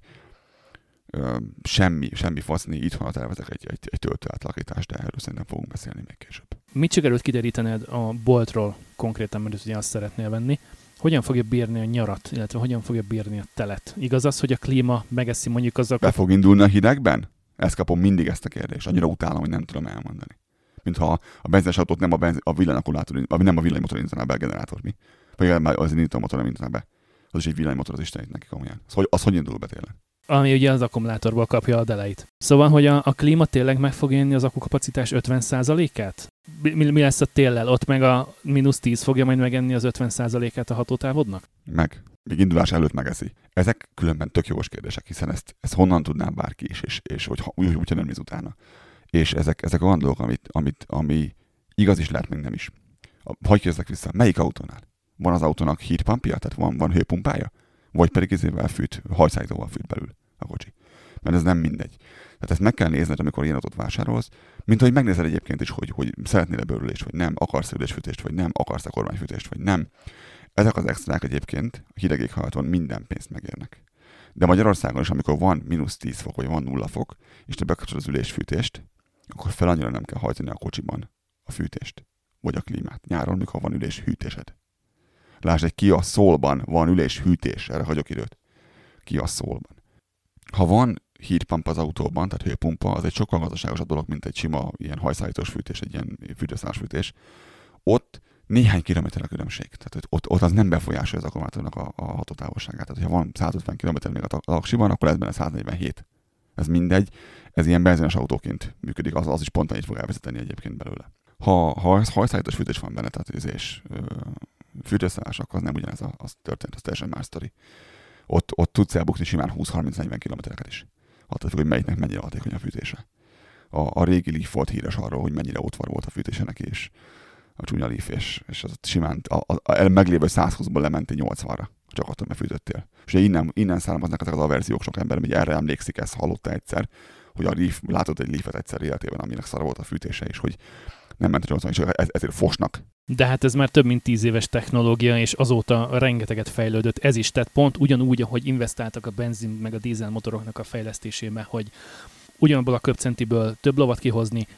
Ö, semmi, semmi faszni, itthon tervezek egy, egy, egy töltő átalakítást, de erről szerintem fogunk beszélni még később. Mit sikerült kiderítened a boltról konkrétan, mert ugye azt szeretnél venni? Hogyan fogja bírni a nyarat, illetve hogyan fogja bírni a telet? Igaz az, hogy a klíma megeszi mondjuk azzal... Be fog indulni a hidegben? Ezt kapom mindig ezt a kérdést. Annyira utálom, hogy nem tudom elmondani. Mintha a benzines autót nem a, benz, a villanyakumulátor, nem a villanymotor indítaná be a generátor, mi? Vagy az indító motor nem indítaná be. Az is egy villanymotor, az Istenit neki komolyan. Az hogy, az hogy indul be tényleg? Ami ugye az akkumulátorból kapja a deleit. Szóval, hogy a, a klíma tényleg meg fog jönni az akkukapacitás ötven százalékát? Mi, mi lesz a téllel? Ott meg a mínusz tíz fogja majd megenni az ötven százalékát a hatótávodnak? Meg. Még indulás előtt megeszi. Ezek különben tök jogos kérdések, hiszen ezt, ezt honnan tudná bárki is, és, és hogy úgy, úgy nem néz utána. És ezek, ezek olyan dolgok, amit, amit, ami igaz is lehet, meg nem is. Hagyj kérdezzek vissza, melyik autónál? Van az autónak heatpumpja, tehát van, van hőpumpája? Vagy pedig izével fűt, hajszállítóval fűt belül a kocsi. Mert ez nem mindegy. Tehát ezt meg kell nézned, amikor ilyen autót vásárolsz, mint hogy megnézed egyébként is, hogy, hogy szeretnél-e bőrülést, vagy nem, akarsz ülésfűtést, vagy nem, akarsz-e kormányfűtést, vagy nem. Ezek az extrák egyébként a hideg éghajlaton minden pénzt megérnek. De Magyarországon is, amikor van mínusz tíz fok, vagy van nulla fok, és te bekapcsolod az ülésfűtést, akkor fel annyira nem kell hajtani a kocsiban a fűtést, vagy a klímát. Nyáron, mikor van üléshűtésed. Lásd, egy Kia Soul-ban van üléshűtés, erre hagyok időt. Kia Soul-ban. Ha van heatpump az autóban, tehát hőpumpa, az egy sokkal gazdaságosabb dolog, mint egy sima ilyen hajszállítós fűtés, egy ilyen fűtőszálas fűtés. Ott néhány kilométer a különbség. Tehát ott, ott az nem befolyásolja az akkumulátornak a, a hatótávolságát. Tehát ha van száz ötven kilométer még a aksiban, akkor lesz benne száz negyvenhét. Ez mindegy. Ez ilyen benzines autóként működik, az, az is pont annyit fog elvezetni egyébként belőle. Ha, ha hajszállítós fűtés van benne, tehát és fűtőszállás, akkor az nem ugyanez a, az történt, az teljesen más sztori. Ott, ott tudsz elbukni simán húsz-harminc-negyven kilométereket is. Attól függ, hogy melyiknek mennyire hatékony a fűtése. A, a régi Leaf volt híres arról, hogy mennyire ótvar volt a fűtése neki, és a csúnya Leaf, és, és az simán a, a, a meglévő száz húszból lementi nyolcvanra, csak attól, mert fűtöttél. És ugye innen, innen származnak ezek az averziók, sok ember, hogy erre emlékszik, ezt hallotta egyszer, hogy a Leaf, látott egy Leafet egyszer életében, aminek szar volt a fűtése, és hogy nem ment a nyolcvan, és ez, ezért fosnak. De hát ez már több mint tíz éves technológia, és azóta rengeteget fejlődött ez is. Tehát pont ugyanúgy, ahogy investáltak a benzin meg a dízel motoroknak a fejlesztésébe, hogy ugyanabból a köbcentiből több lovat kihozni,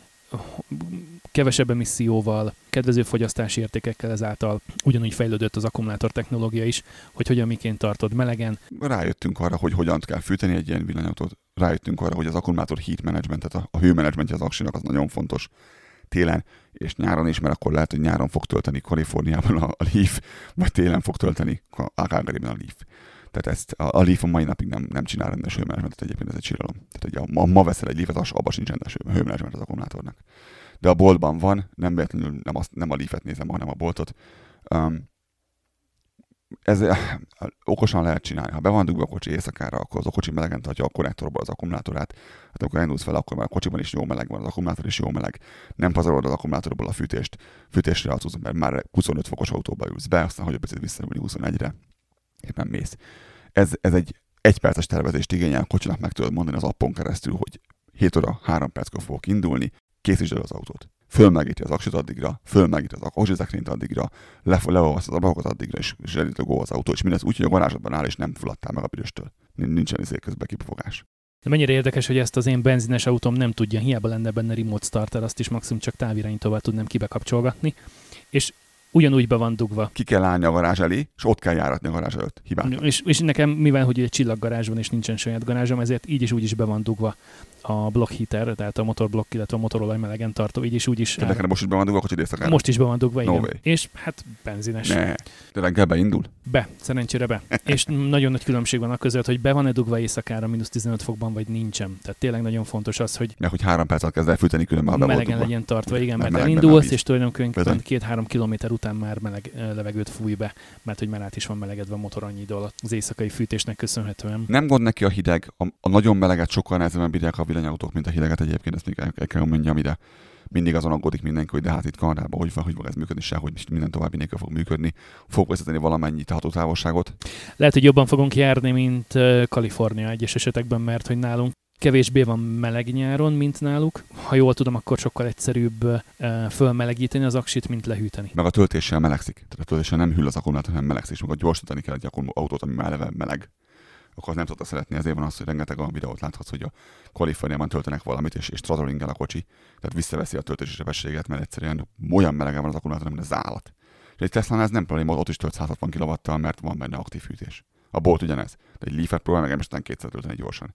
kevesebb emisszióval, kedvező fogyasztási értékekkel ezáltal ugyanúgy fejlődött az akkumulátor technológia is, hogy hogyan miként tartod melegen. Rájöttünk arra, hogy hogyan kell fűteni egy ilyen villanyautót. Rájöttünk arra, hogy az akkumulátor heat management, tehát a, a hőmenedzsmentje az aksinak az nagyon fontos télen és nyáron is, mert akkor lehet, hogy nyáron fog tölteni Kaliforniában a, a Leaf, vagy télen fog tölteni Calgaryben a Leaf. Tehát ezt a, a Leaf a mai napig nem, nem csinál rendes hőmenedzsmentet, egyébként ez egy síralom. Tehát, hogy a, ma veszel egy Leafet, abban sincs rendes hőmenedzsment az akkumulátornak. De a boltban van, nem véletlenül nem, azt, nem a Leafet nézem, hanem a boltot. Um, ez okosan lehet csinálni. Ha be van dugva a kocsi éjszakára, akkor az a kocsi melegen tartja a konnektorból az akkumulátorát. Hát amikor elindulsz fel, akkor már a kocsiban is jó meleg van, az akkumulátor is jó meleg. Nem pazarolod az akkumulátorból a fűtést, fűtésre adsz, mert már huszonöt fokos autóba ülsz be, aztán hogy a picit visszaülni huszonegyre, éppen mész. Ez, ez egy egyperces tervezést igényel, a kocsinak meg tudod mondani az appon keresztül, hogy hét óra, három perckor fogok indulni, készítsd el az autót. Fölmelegíti az aksit addigra, fölmelegíti az aksizekrényt addigra, leolvaszt az ablakokat addigra, és, és ready to go az autó, és mindez úgy, hogy a garázsodban áll, és nem fulladtál meg a büdöstől. Nincsen izé közben kipufogás. De mennyire érdekes, hogy ezt az én benzines autóm nem tudja, hiába lenne benne remote starter, azt is maximum csak távirányítóval tudnám kibekapcsolgatni, és ugyanúgy be van dugva. Ki kell állni a garázs elé, és ott kell járatni a garázs előtt. Hibátlan. És, és nekem, mivel hogy egy csillaggarázs van, és nincsen saját garázsom, ezért így is úgy is be van dugva a block heater, tehát a motorblokk, illetve a motorolaj melegen tartó, így is úgy is. De most is be van dugva a kocsid éjszakára? Most is be van dugva, no igen. Way. És hát benzines. Ne. De reggel beindul? Be, szerencsére be. És nagyon nagy különbség van a között, hogy be van-e dugva éjszakára mínusz tizenöt fokban, vagy nincsen. Tehát tényleg nagyon fontos az, hogy, meg, hogy három perc alatt kezd el fűteni, különben a be melegen legyen tartva, igen, mert meleg, elindulsz, és tulajdonképpen két-három kilométer után már meleg levegőt fúj be, mert hogy már át is van melegedve a motor annyi idő alatt az éjszakai fűtésnek köszönhetően. Nem gond neki a hideg, a, a nagyon meleget sokkal nehezebben bírják a villanyautók, mint a hideget egyébként, ezt még el, el kell mondjam ide. Mindig azon aggódik mindenki, hogy de hát itt Kanadában hogy van, hogy fog ez működni, se, hogy minden további nélkül fog működni. Fog vezetni valamennyi hatótávolságot. Lehet, hogy jobban fogunk járni, mint Kalifornia egyes esetekben, mert hogy nálunk kevésbé van meleg nyáron, mint náluk. Ha jól tudom, akkor sokkal egyszerűbb uh, fölmelegíteni az aksit, mint lehűteni. Meg a töltéssel melegszik. Tehát a töltéssel nem hűl az akkumulátor, hanem melegszik, és meg a gyorsítani kell egy autót, ami már eleve meleg. Akkor az nem szokta szeretni, ezért van az, hogy rengeteg olyan videót láthatsz, hogy a Kaliforniában töltenek valamit, és, és throttling-el a kocsi, tehát visszaveszi a töltési sebességet, mert egyszerűen olyan melegen van az akkumulátor, mint az állat. És egy Tesla ez nem probléma, ott is töltsz száz hatvan kilowatttal, mert van benne aktív fűtés. A Bolt ugyanez, de egy Leaf-et próbál meg emesten kétszer tölteni gyorsan.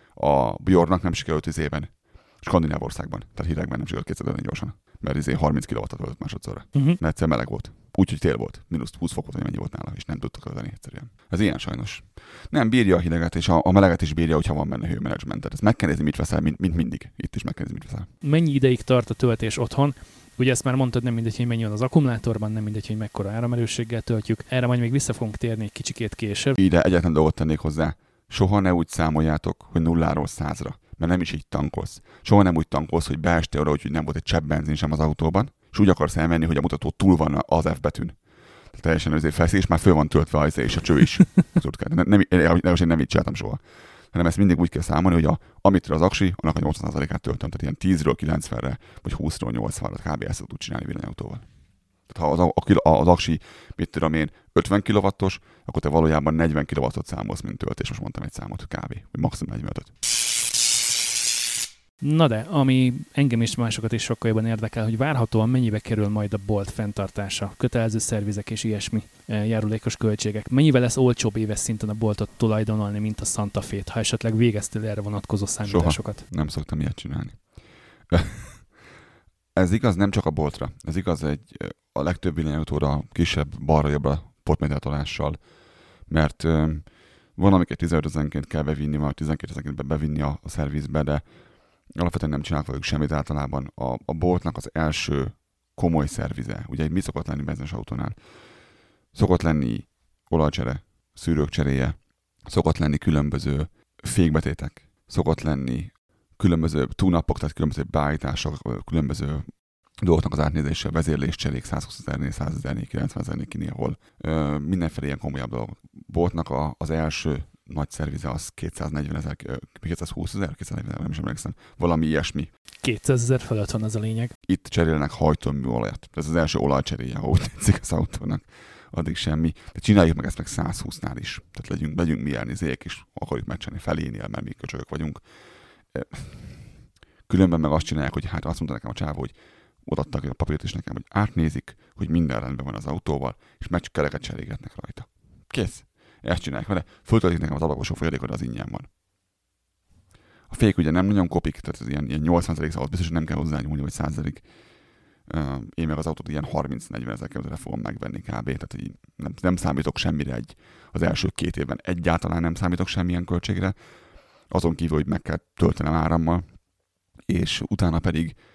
A Bjornnak nem sikerült izében, Skandinávországban, tehát hidegben nem sikerült kétszer tölteni gyorsan, mert izé harminc kilowattot töltött másodszorra. Uh-huh. Mert egyszer meleg volt. Úgyhogy tél volt, mínusz húsz fokot, vagy mennyi volt nála, és nem tudtak tölteni egyszerűen. Ez ilyen sajnos. Nem bírja a hideget, és a, a meleget is bírja, hogyha van benne hőmenedzsment. Tehát ezt meg kell nézni, mit veszel, mint, mint mindig. Itt is meg kell nézni, mit veszel. Mennyi ideig tart a töltés otthon? Ugye ezt már mondtad, nem mindegy, hogy mennyi van az akkumulátorban, nem mindegy, hogy mekkora áramerősséggel töltjük. Erre majd még vissza fogunk térni egy kicsikét később. Ide egyetlen dolgot tennék hozzá. Soha ne úgy számoljátok, hogy nulláról százra, mert nem is így tankolsz. Soha nem úgy tankolsz, hogy beestél oda, hogy nem volt egy csepp benzin sem az autóban, és úgy akarsz elmenni, hogy a mutató túl van az F betűn. Tehát teljesen azért felszín, és már föl van töltve az és a cső is. nem, nem, nem, nem így csináltam soha. Hanem ezt mindig úgy kell számolni, hogy a, amitől az aksi, annak a nyolcvan százalékát töltöm. Tehát ilyen tízről kilencvenre, vagy húszról nyolcvanra kb. Ezt tud csinálni villanyautóval. Tehát ha az, a, az aksi, mit tudom én, ötven kilowattos, akkor te valójában negyven kilowattot számolsz, mint töltés. Most mondtam egy számot, kb. Vagy maximum negyvenötöt. Na de, ami engem és másokat is sokkal jobban érdekel, hogy várhatóan mennyibe kerül majd a bolt fenntartása, kötelező szervizek és ilyesmi járulékos költségek. Mennyivel lesz olcsóbb éves szinten a boltot tulajdonolni, mint a Santa Fe-t, ha esetleg végeztél erre vonatkozó számításokat? Soha nem szoktam ilyet csinálni. Ez igaz nem csak a boltra, ez igaz egy a legtöbb villanyautóra kisebb balra-jobbra potmétertolással, mert van, amiket tizenöt ezerenként kell bevinni, vagy tizenkét ezerenként bevinni a, a szervizbe, de alapvetően nem csinálok velük semmit általában. A, a boltnak az első komoly szervize, ugye mi szokott lenni benzines autónál? Szokott lenni olajcsere, szűrők cseréje, szokott lenni különböző fékbetétek, szokott lenni különböző túnapok, tehát különböző beállítások, különböző dolgoknak az átnézése, vezérléscserék, száz húsz ezernél, száz ezernél, kilencven ezernél kinél hol. Ö, mindenféle ilyen komolyabb dolog. Boltnak a, az első nagy szervize az kétszáznegyven ezer, kétszázhúsz ezer, kétszáznegyven ezer, nem is emlékszem, valami ilyesmi. kétszázezer fölött van az a lényeg. Itt cserélnek hajtóműolajat. Ez az első olajcseréje, ha úgy tetszik az autónak. Addig semmi. De csináljuk meg ezt meg száz húsznál is. Tehát legyünk, legyünk mi elnézék, és akarjuk megcsinálni felénél, mert mi köcsögök vagyunk. Különben meg azt csinálják, hogy hát azt mondta nekem a csávó, hogy odaadtak a papírt is nekem, hogy átnézik, hogy minden rendben van az autóval, és megkereket cserégetnek rajta. Kész. Ezt csinálják vele. Föltöltik nekem az ablakosok folyadékot, az ingyen van. A fék ugye nem nagyon kopik, tehát ez ilyen, ilyen nyolcvan százalék szóval biztos, hogy nem kell hozzányúlni, vagy száz százalék. Uh, én meg az autót ilyen harminc-negyven ezer kilométerre fogom megvenni kb. Tehát így nem, nem számítok semmire egy, az első két évben. Egyáltalán nem számítok semmilyen költségre. Azon kívül, hogy meg kell töltenem árammal, és utána pedig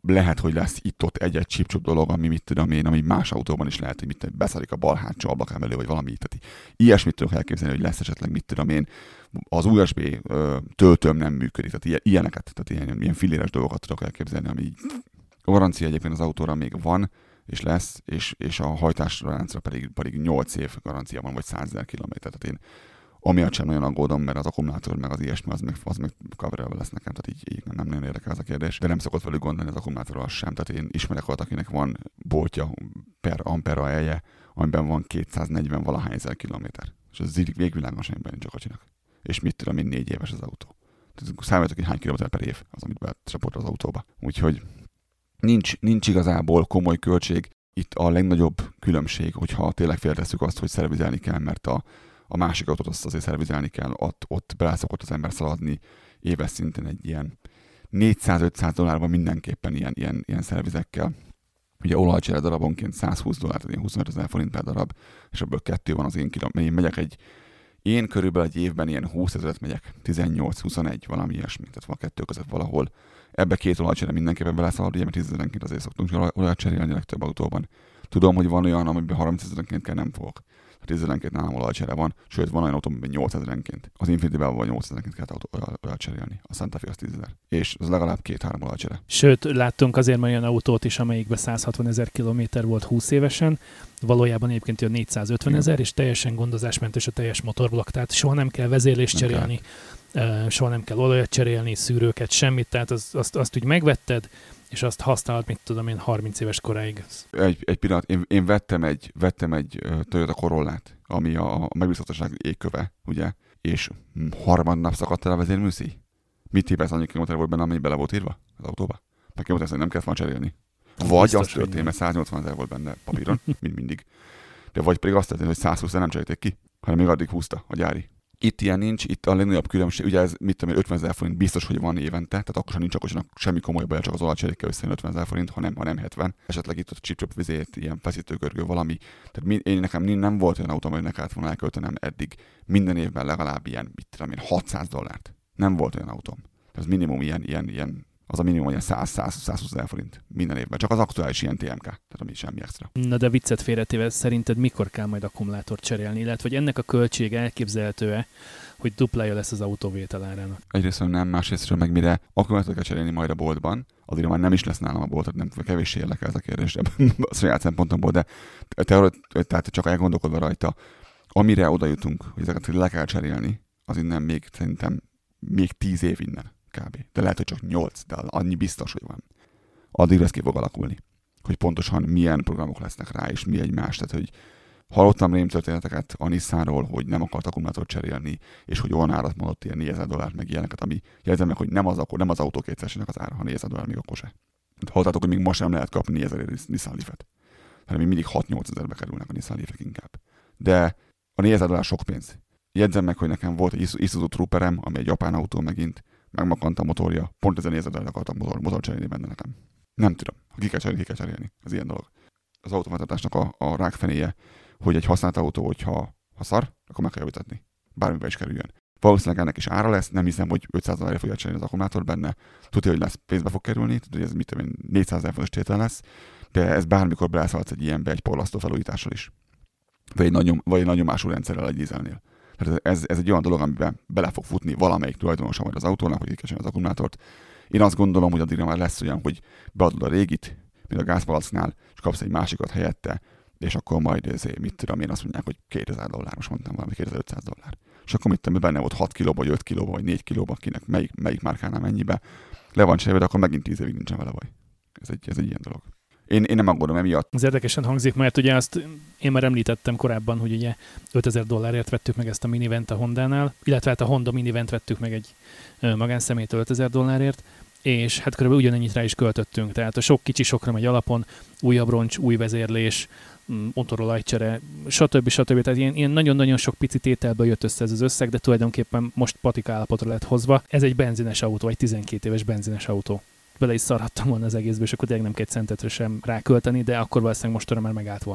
lehet, hogy lesz itt-ott egy-egy csip-csup dolog, ami mit tudom én, ami más autóban is lehet, hogy mit tudom, beszarik a bal hátsó ablakám elő, vagy valami. Tehát ilyesmit tudok elképzelni, hogy lesz esetleg, mit tudom én, az u es bé ö, töltőm nem működik, tehát ilyeneket, tehát ilyen, ilyen filéres dolgokat tudok elképzelni, ami így. A garancia egyébként az autóra még van, és lesz, és, és a hajtásra láncra pedig, pedig nyolc év garancia van, vagy százezer kilométer. Tehát én amiatt sem nagyon aggódom, mert az akkumulátor meg az ilyesmi, az meg, az meg coverelve lesz nekem, tehát így, így nem nagyon érdekel ez a kérdés. De nem szokott velük gondolni az akkumulátorral sem. Tehát én ismerek olyat, akinek van boltja per ampera elje, amiben van kétszáznegyven valahány ezer kilométer. És az végvilágon semmiben nincs a kocsinak. És mit tudom én, négy éves az autó. Tehát számítok, hogy hány kilométer per év az, amit becsapott az autóba. Úgyhogy nincs, nincs igazából komoly költség. Itt a legnagyobb különbség, hogyha tényleg félretesszük azt, hogy szervizelni kell, mert a A másik autót azt azért szervizelni kell, ott, ott beleszokott az ember szaladni éves szinten egy ilyen négyszáz-ötszáz dollárban mindenképpen ilyen, ilyen, ilyen szervizekkel. Ugye olajcsere darabonként százhúsz dollár, tehát huszonöt ezer forint per darab, és ebből kettő van az én kilométer. Én megyek egy, én körülbelül egy évben ilyen húszezret megyek, tizennyolc-huszonegy, valami ilyesmi, tehát van kettő között valahol. Ebbe két olajcsere mindenképpen beleszalad, ugye, mert tízezerenként azért szoktunk olajat cserélni a legtöbb autóban. Tudom, hogy van olyan, amiben harmincezerenként kell, nem fogok. tízezerenként nálam olajcsere van, sőt van olyan autó, amiben nyolcezerenként. Az Infinity-ben van nyolcezerenként kellett olajat cserélni, a Santa Fe az tízezer. És az legalább két-három olajcsere. Sőt, láttunk azért olyan autót is, amelyikben százhatvan ezer kilométer volt húsz évesen, valójában egyébként a négyszázötven ezer, és teljesen gondozásmentes a teljes motorblokk, tehát soha nem kell vezérlést nem cserélni, kell. soha nem kell olajat cserélni, szűrőket, semmit, tehát az, azt, azt úgy megvetted, és azt használod, mit tudom én, harminc éves koráig. Egy, egy pillanat, én, én vettem egy, vettem egy uh, Toyota Corollát, ami a, a megbízhatóság égköve, ugye, és harmadnap szakadt el a vezérműszíj. Mit hívesz, annyi kilométer volt benne, amennyi bele volt írva az autóba? Meg kilométer szerint nem kellett volna cserélni. Vagy biztos, azt történt, mert száznyolcvan ezer volt benne papíron, mint mindig. De vagy pedig azt történt, hogy százhúsz nem cserélték ki, hanem még addig húzta a gyári. Itt ilyen nincs, itt a legnagyobb különbség, ugye ez mit tudom én, ötven ezer forint biztos, hogy van évente, tehát akkor sem nincs a kocsinak semmi komoly baj, csak az olajcserékkel összejön ötven ezer forint, hanem, hanem hetven. Esetleg itt a chip-chop vizét, ilyen feszítőgörgő valami. Tehát mi, én nekem nem volt olyan autóm, hogy ne kellett volna elköltenem eddig minden évben legalább ilyen, mit tudom én, hatszáz dollárt. Nem volt olyan autóm. Tehát az minimum ilyen, ilyen, ilyen az a minimum ilyen száz-százhúsz ezer forint minden évben. Csak az aktuális ilyen té em ká, tehát ami semmi extra. Na de viccet félretéve, szerinted mikor kell majd akkumulátort cserélni, illetve hogy ennek a költsége elképzelhető-e, hogy duplája lesz az autó vételárának? Egyrészt nem, másrésztről meg mire akkumulátort kell cserélni majd a boltban, azért már nem is lesz nálam a bolt, nem kevéssé érdekel ez a kérdés a saját szempontomból, de te, tehát csak elgondolkodva rajta, amire oda jutunk, hogy ezeket le kell cserélni, az innen még szerintem még tíz év innen. Kb. De lehet, hogy csak nyolc, de annyi biztos, hogy van. Addig lesz ki fog alakulni. Hogy pontosan milyen programok lesznek rá, és mi egymás. Tehát, hogy hallottam rémtörténeteket a Nissanról, hogy nem akart akkumulátort cserélni, és hogy olyan árat mondott ilyen négyezer dollárt, meg ilyeneket, ami jelzem meg, hogy nem az, akkor, nem az autó kétszeresének az ára, ha négyezer dollár még akkor se. Hallottátok, hogy még most sem lehet kapni négyezer Nissan Leaf-et. Hanem még mindig hat-nyolc ezerbe kerülnek a Nissan Leaf-ek inkább. De a négyezer dollár sok pénz. Jegyzem meg, hogy nekem volt egy Isuzu Trooperem, ami egy japán autó megint, megmakant a motorja, pont ezen négyezer dollárt akartam motor, motor cserélni benne nekem. Nem tudom, ha ki kell cserélni, ki kell cserélni. Ez ilyen dolog. Az automatizálásnak a, a rákfenéje, hogy egy használt autó, hogyha ha szar, akkor meg kell javítatni. Bármibe is kerüljön. Valószínűleg ennek is ára lesz, nem hiszem, hogy ötszáz dollárra fogja cserélni az akkumulátor benne. Tudja, hogy lesz, pénzbe fog kerülni, tudja, hogy ez mit tudom, négyszáz ezer fontos tétel lesz, de ez bármikor beleszalsz egy ilyenbe egy porlasztó felújítással is. Vagy egy, nagy, vagy egy nagy nyomású rendszerrel egy dízelnél. Tehát ez, ez egy olyan dolog, amiben bele fog futni valamelyik tulajdonosa majd az autónak, hogy kicsit az akkumulátort. Én azt gondolom, hogy addigra már lesz olyan, hogy beadod a régit, mint a gázpalacknál, és kapsz egy másikat helyette, és akkor majd ezért, mit tudom én, azt mondják, hogy kétezer dollár, most mondtam valami kétezer-ötszáz dollár. És akkor mit tudom, benne volt hat kilóba, vagy öt kilóba, vagy négy kilóba, kinek melyik, melyik márkánál mennyibe, le van cserélve, de akkor megint tíz évig nincsen vele baj. Ez egy, ez egy ilyen dolog. Én, én nem aggódom emiatt. Ez érdekesen hangzik, mert ugye azt én már említettem korábban, hogy ugye ötezer dollárért vettük meg ezt a minivent a Hondánál, illetve hát a Honda minivent vettük meg egy magánszemélytől ötezer dollárért, és hát körülbelül ugyanennyit rá is költöttünk. Tehát a sok kicsi sokra megy alapon, újabb roncs, új vezérlés, motorolajcsere, stb. stb. Tehát ilyen, ilyen nagyon-nagyon sok pici tételből jött össze ez az összeg, de tulajdonképpen most patika állapotra lett hozva. Ez egy benzines autó, egy tizenkét éves benzines autó. Bele is szarhattam volna az egészbe, és akkor tényleg nem két centetre sem rákölteni, de akkor valószínűleg mostanra már megállt volna.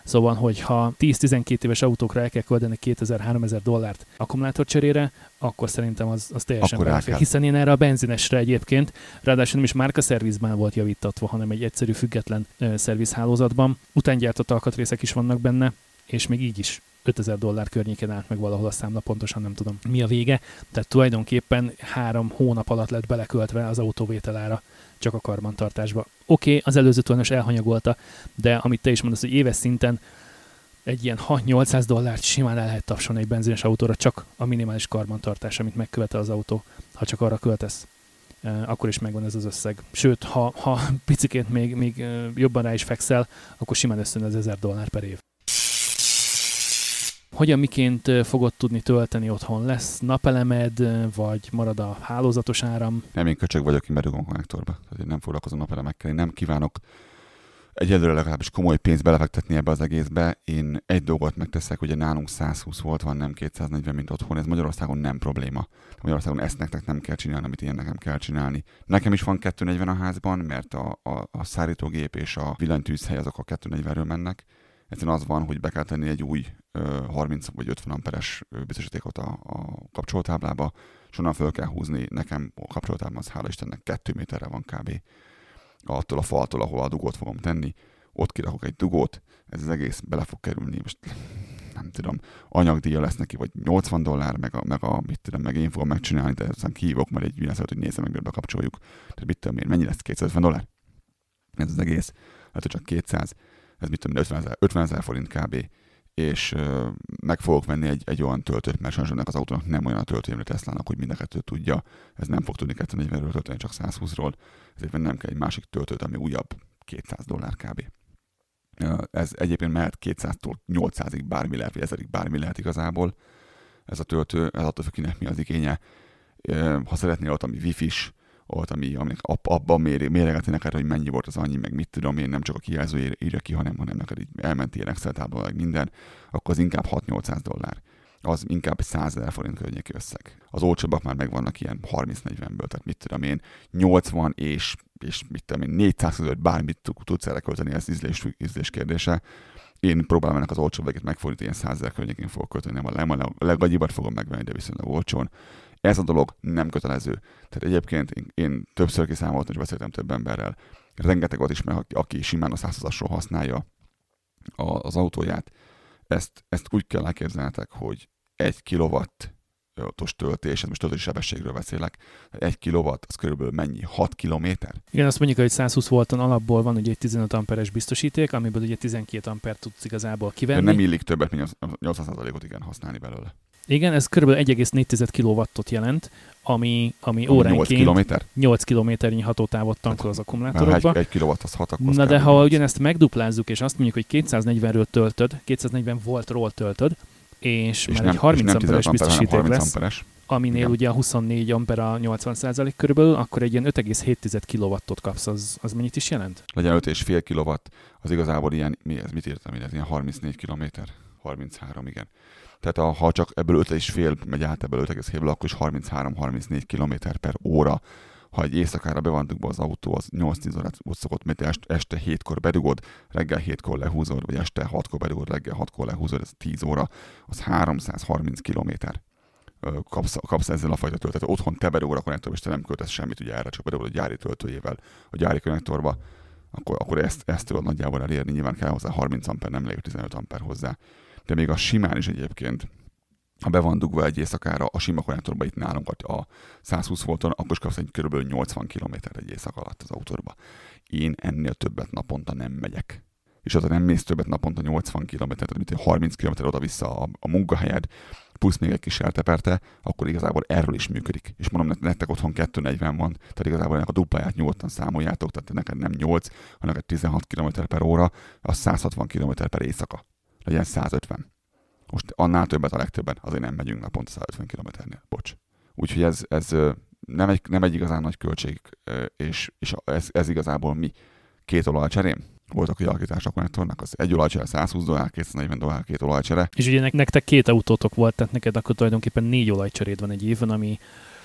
Szóval, hogyha tíz-tizenkét éves autókra el kell költeni kétezer-háromezer dollárt akkumulátor cserére, akkor szerintem az, az teljesen belefér. Hiszen én erre a benzinesre egyébként, ráadásul nem is márkaszervizben volt javítatva, hanem egy egyszerű független ö, szervizhálózatban. Utángyártott alkatrészek is vannak benne, és még így is ötezer dollár környéken állt meg valahol a számla, pontosan nem tudom mi a vége. Tehát tulajdonképpen három hónap alatt lett beleköltve az autóvételára csak a karbantartásba. Oké, okay, az előző tulajdonos elhanyagolta, de amit te is mondasz, hogy éves szinten egy ilyen hat-nyolcszáz dollárt simán el lehet tapsolni egy benzines autóra, csak a minimális karbantartás, amit megkövetel az autó, ha csak arra költesz. Akkor is megvan ez az összeg. Sőt, ha, ha piciként még, még jobban rá is fekszel, akkor simán összejön az ezer dollár per év. Hogyan, miként fogod tudni tölteni otthon? Lesz napelemed, vagy marad a hálózatos áram? Nem, én köcsög vagyok, én berugom konnektorba. Tehát én nem foglalkozom napelemekkel, én nem kívánok egyelőre legalábbis komoly pénzt belefektetni ebbe az egészbe. Én egy dolgot megteszek, ugye nálunk száz húsz volt van, nem kétszáznegyven, mint otthon. Ez Magyarországon nem probléma. Magyarországon ezt nektek nem kell csinálni, amit én nekem kell csinálni. Nekem is van kétszáznegyven a házban, mert a, a, a szárítógép és a villanytűzhely azok a kétszáznegyvenről mennek. Egyszerűen az van, hogy be kell tenni egy új harminc vagy ötven amperes biztosítékot a, a kapcsolótáblába, és onnan föl kell húzni. Nekem a kapcsolótáblám az hála Istennek kettő méterre van kb. Attól a faltól, ahol a dugót fogom tenni. Ott kirakok egy dugót, ez az egész bele fog kerülni, most nem tudom, anyagdíja lesz neki, vagy nyolcvan dollár, meg a, meg a mit tudom, meg én fogom megcsinálni, de aztán kihívok majd egy ügyeszet, hogy nézzem meg, miért bekapcsoljuk. Tehát mit tudom én, mennyi lesz kétszázötven dollár? Ez az egész, lehet, hogy csak kétszáz, ez mit tudom, ötven ezer forint kb. És uh, meg fogok venni egy, egy olyan töltőt, mert sajnos ennek az autónak nem olyan a töltője, mint a Teslának, hogy mind a kettőt tudja. Ez nem fog tudni kétszáznegyvenről tölteni, csak száz húszról. Ezért nem kell egy másik töltőt, ami újabb kétszáz dollár kb. Uh, ez egyébként mehet kétszáztól nyolcszázig bármi lehet, vagy ezerig bármi lehet igazából. Ez a töltő, ez attól függ, kinek mi az igénye. Uh, ha szeretnél ott, ami wifi-s, ott, ami, aminek ab, abban méri, méregeti neked, hogy mennyi volt az annyi, meg mit tudom én, nem csak a kijelző írja ki, hanem, hanem neked így elment ilyen Excel tábla, meg minden, akkor az inkább hat-nyolcszáz dollár. Az inkább százezer forint környéki összeg. Az olcsóbbak már megvannak ilyen harminc-negyvenből, tehát mit tudom én, nyolcvan és, és mit tudom én, négyszáz között bármit tudsz erre költeni, ez ízlés, ízlés kérdése. Én próbálom ennek az olcsóbbeket megfordítani, ilyen százezer környékén fogok költeni, nem a leggagyibbat fogom megvenni, de viszonylag olcsón. Ez a dolog nem kötelező. Tehát egyébként én, én többször kiszámoltam, és beszéltem több emberrel. Rengeteg ott ismer, aki simán a százhúszasról használja a, az autóját. Ezt, ezt úgy kell elképzelnetek, hogy egy kilowattos töltés, ez most töltési sebességről beszélek, egy kilowatt, az körülbelül mennyi? hat kilométer? Igen, azt mondjuk, hogy százhúsz volton alapból van ugye egy tizenöt amperes biztosíték, amiből ugye tizenkét ampert tudsz igazából kivenni. De nem illik többet, mint nyolcvan százalékot igen használni belőle. Igen, ez kb. egy egész négy kilowattot jelent, ami, ami óránként nyolc kilométernyi hatótávot tankol az akkumulátorokba. egy, egy kilowatt az hat, akkor na de ha ugyanezt megduplázzuk, és azt mondjuk, hogy kétszáznegyvenről töltöd, kétszáznegyven voltról töltöd, és, és már nem, egy harminc amperes biztosíték lesz, amperes. Aminél igen. Ugye a huszonnégy amper a nyolcvan százalék körülbelül, akkor egy ilyen öt egész hét kilowattot kapsz. Az, az mennyit is jelent? Legyen öt egész öt kilowatt, az igazából ilyen, mi ez, mit írtam, ez ilyen harmincnégy kilométer, harminchárom, igen. Tehát a, ha csak ebből öt egész öt megy át, ebből öt egész hét, akkor is harminchárom-harmincnégy kilométer per óra. Ha egy éjszakára be van dugva az autó, az nyolc-tíz órát ott szokott, mert este, este hétkor bedugod, reggel hétkor lehúzod, vagy este hatkor bedugod, reggel hatkor lehúzod, ez tíz óra, az háromszázharminc kilométer. Kapsz, kapsz ezzel a fajta töltet. Otthon te bedugod a konnektorba, és te nem költesz semmit, ugye erre, csak bedugod a gyári töltőjével a gyári konnektorba, akkor, akkor ezt, ezt tudod nagyjából elérni. Nyilván kell hozzá harminc amper, nem elég tizenöt amper hozzá. De még a simán is egyébként, ha be van dugva egy éjszakára a sima konnektorba itt nálunk a százhúsz volton, akkor is kapsz egy kb. nyolcvan kilométer egy éjszak alatt az autóba. Én ennél többet naponta nem megyek. És ha nem mész többet naponta nyolcvan kilométert, mint harminc kilométer oda-vissza a, a munkahelyed, plusz még egy kis elteperte, akkor igazából erről is működik. És mondom, nektek otthon kétszáznegyven van, tehát igazából ennek a dupláját nyugodtan számoljátok, tehát neked nem nyolc, hanem neked tizenhat kilométer per óra, az száz hatvan kilométer per éjszaka. Legyen száz ötven. Most annál többet a legtöbben, azért nem megyünk naponta száz ötven kilométernél. Bocs. Úgyhogy ez, ez nem, egy, nem egy igazán nagy költség, és, és ez, ez igazából mi? Két olajcserém? Voltak a alakítás akkumulátornak, az egy olajcsere százhúsz dollár, kétszáznegyven dollár, két olajcsere. És ugye nektek két autótok volt, tehát neked akkor tulajdonképpen négy olajcseréd van egy évben, ami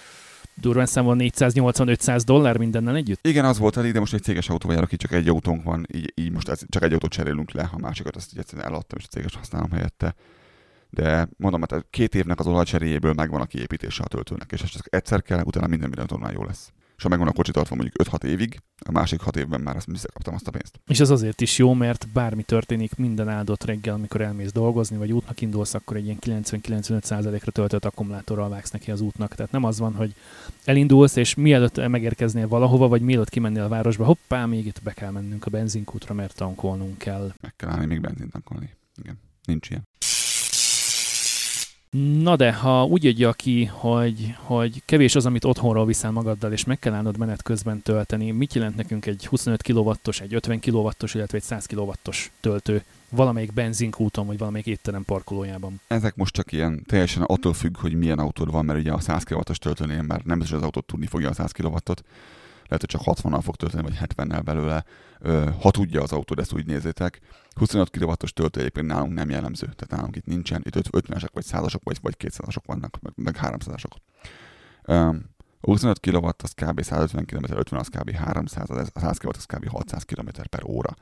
durván számol négyszáznyolcvan-ötszáz dollár mindennel együtt? Igen, az volt elég, de most egy céges autóval járok, így csak egy autónk van, így, így most ez, csak egy autót cserélünk le, a másikat azt így egyszerűen eladtam, és a céges használom helyette. De mondom, hogy két évnek az olajcseréjéből megvan a kiépítése a töltőnek, és ez csak egyszer kell, utána minden minden tornán jó lesz. És ha megvan a kocsi tartva mondjuk öt-hat évig, a másik hat évben már azt visszakaptam azt a pénzt. És ez azért is jó, mert bármi történik, minden áldott reggel, amikor elmész dolgozni, vagy útnak indulsz, akkor egy ilyen kilencven-kilencvenöt százalékra töltött akkumulátorral vágsz neki az útnak. Tehát nem az van, hogy elindulsz, és mielőtt megérkeznél valahova, vagy mielőtt kimennél a városba, hoppá, még itt be kell mennünk a benzinkútra, mert tankolnunk kell. Meg kell állni még benzint tankolni. Igen, nincs ilyen. Na de, ha úgy adja ki, hogy, hogy kevés az, amit otthonról viszel magaddal, és meg kell állnod menet közben tölteni, mit jelent nekünk egy huszonöt kilowattos, egy ötven kilowattos, illetve egy száz kilowattos töltő valamelyik benzinkúton, vagy valamelyik étterem parkolójában? Ezek most csak ilyen teljesen attól függ, hogy milyen autód van, mert ugye a száz kilowattos töltőnél már nem biztos, az autót tudni fogja a száz kilowattot. Lehet, hogy csak hatvannal fog tölteni, vagy hetvennel belőle. Ha tudja az autód, ezt úgy nézzétek. huszonöt kilowattos töltő egyébként nálunk nem jellemző. Tehát nálunk itt nincsen. Itt ötvenesek, vagy százasok, vagy, vagy kétszázasok vannak, meg, meg háromszázasok. A huszonöt kilowatt az kb. százötven kilométer, ötven az kb. háromszáz, a száz kilowatt az kb. hatszáz kilométer per óra.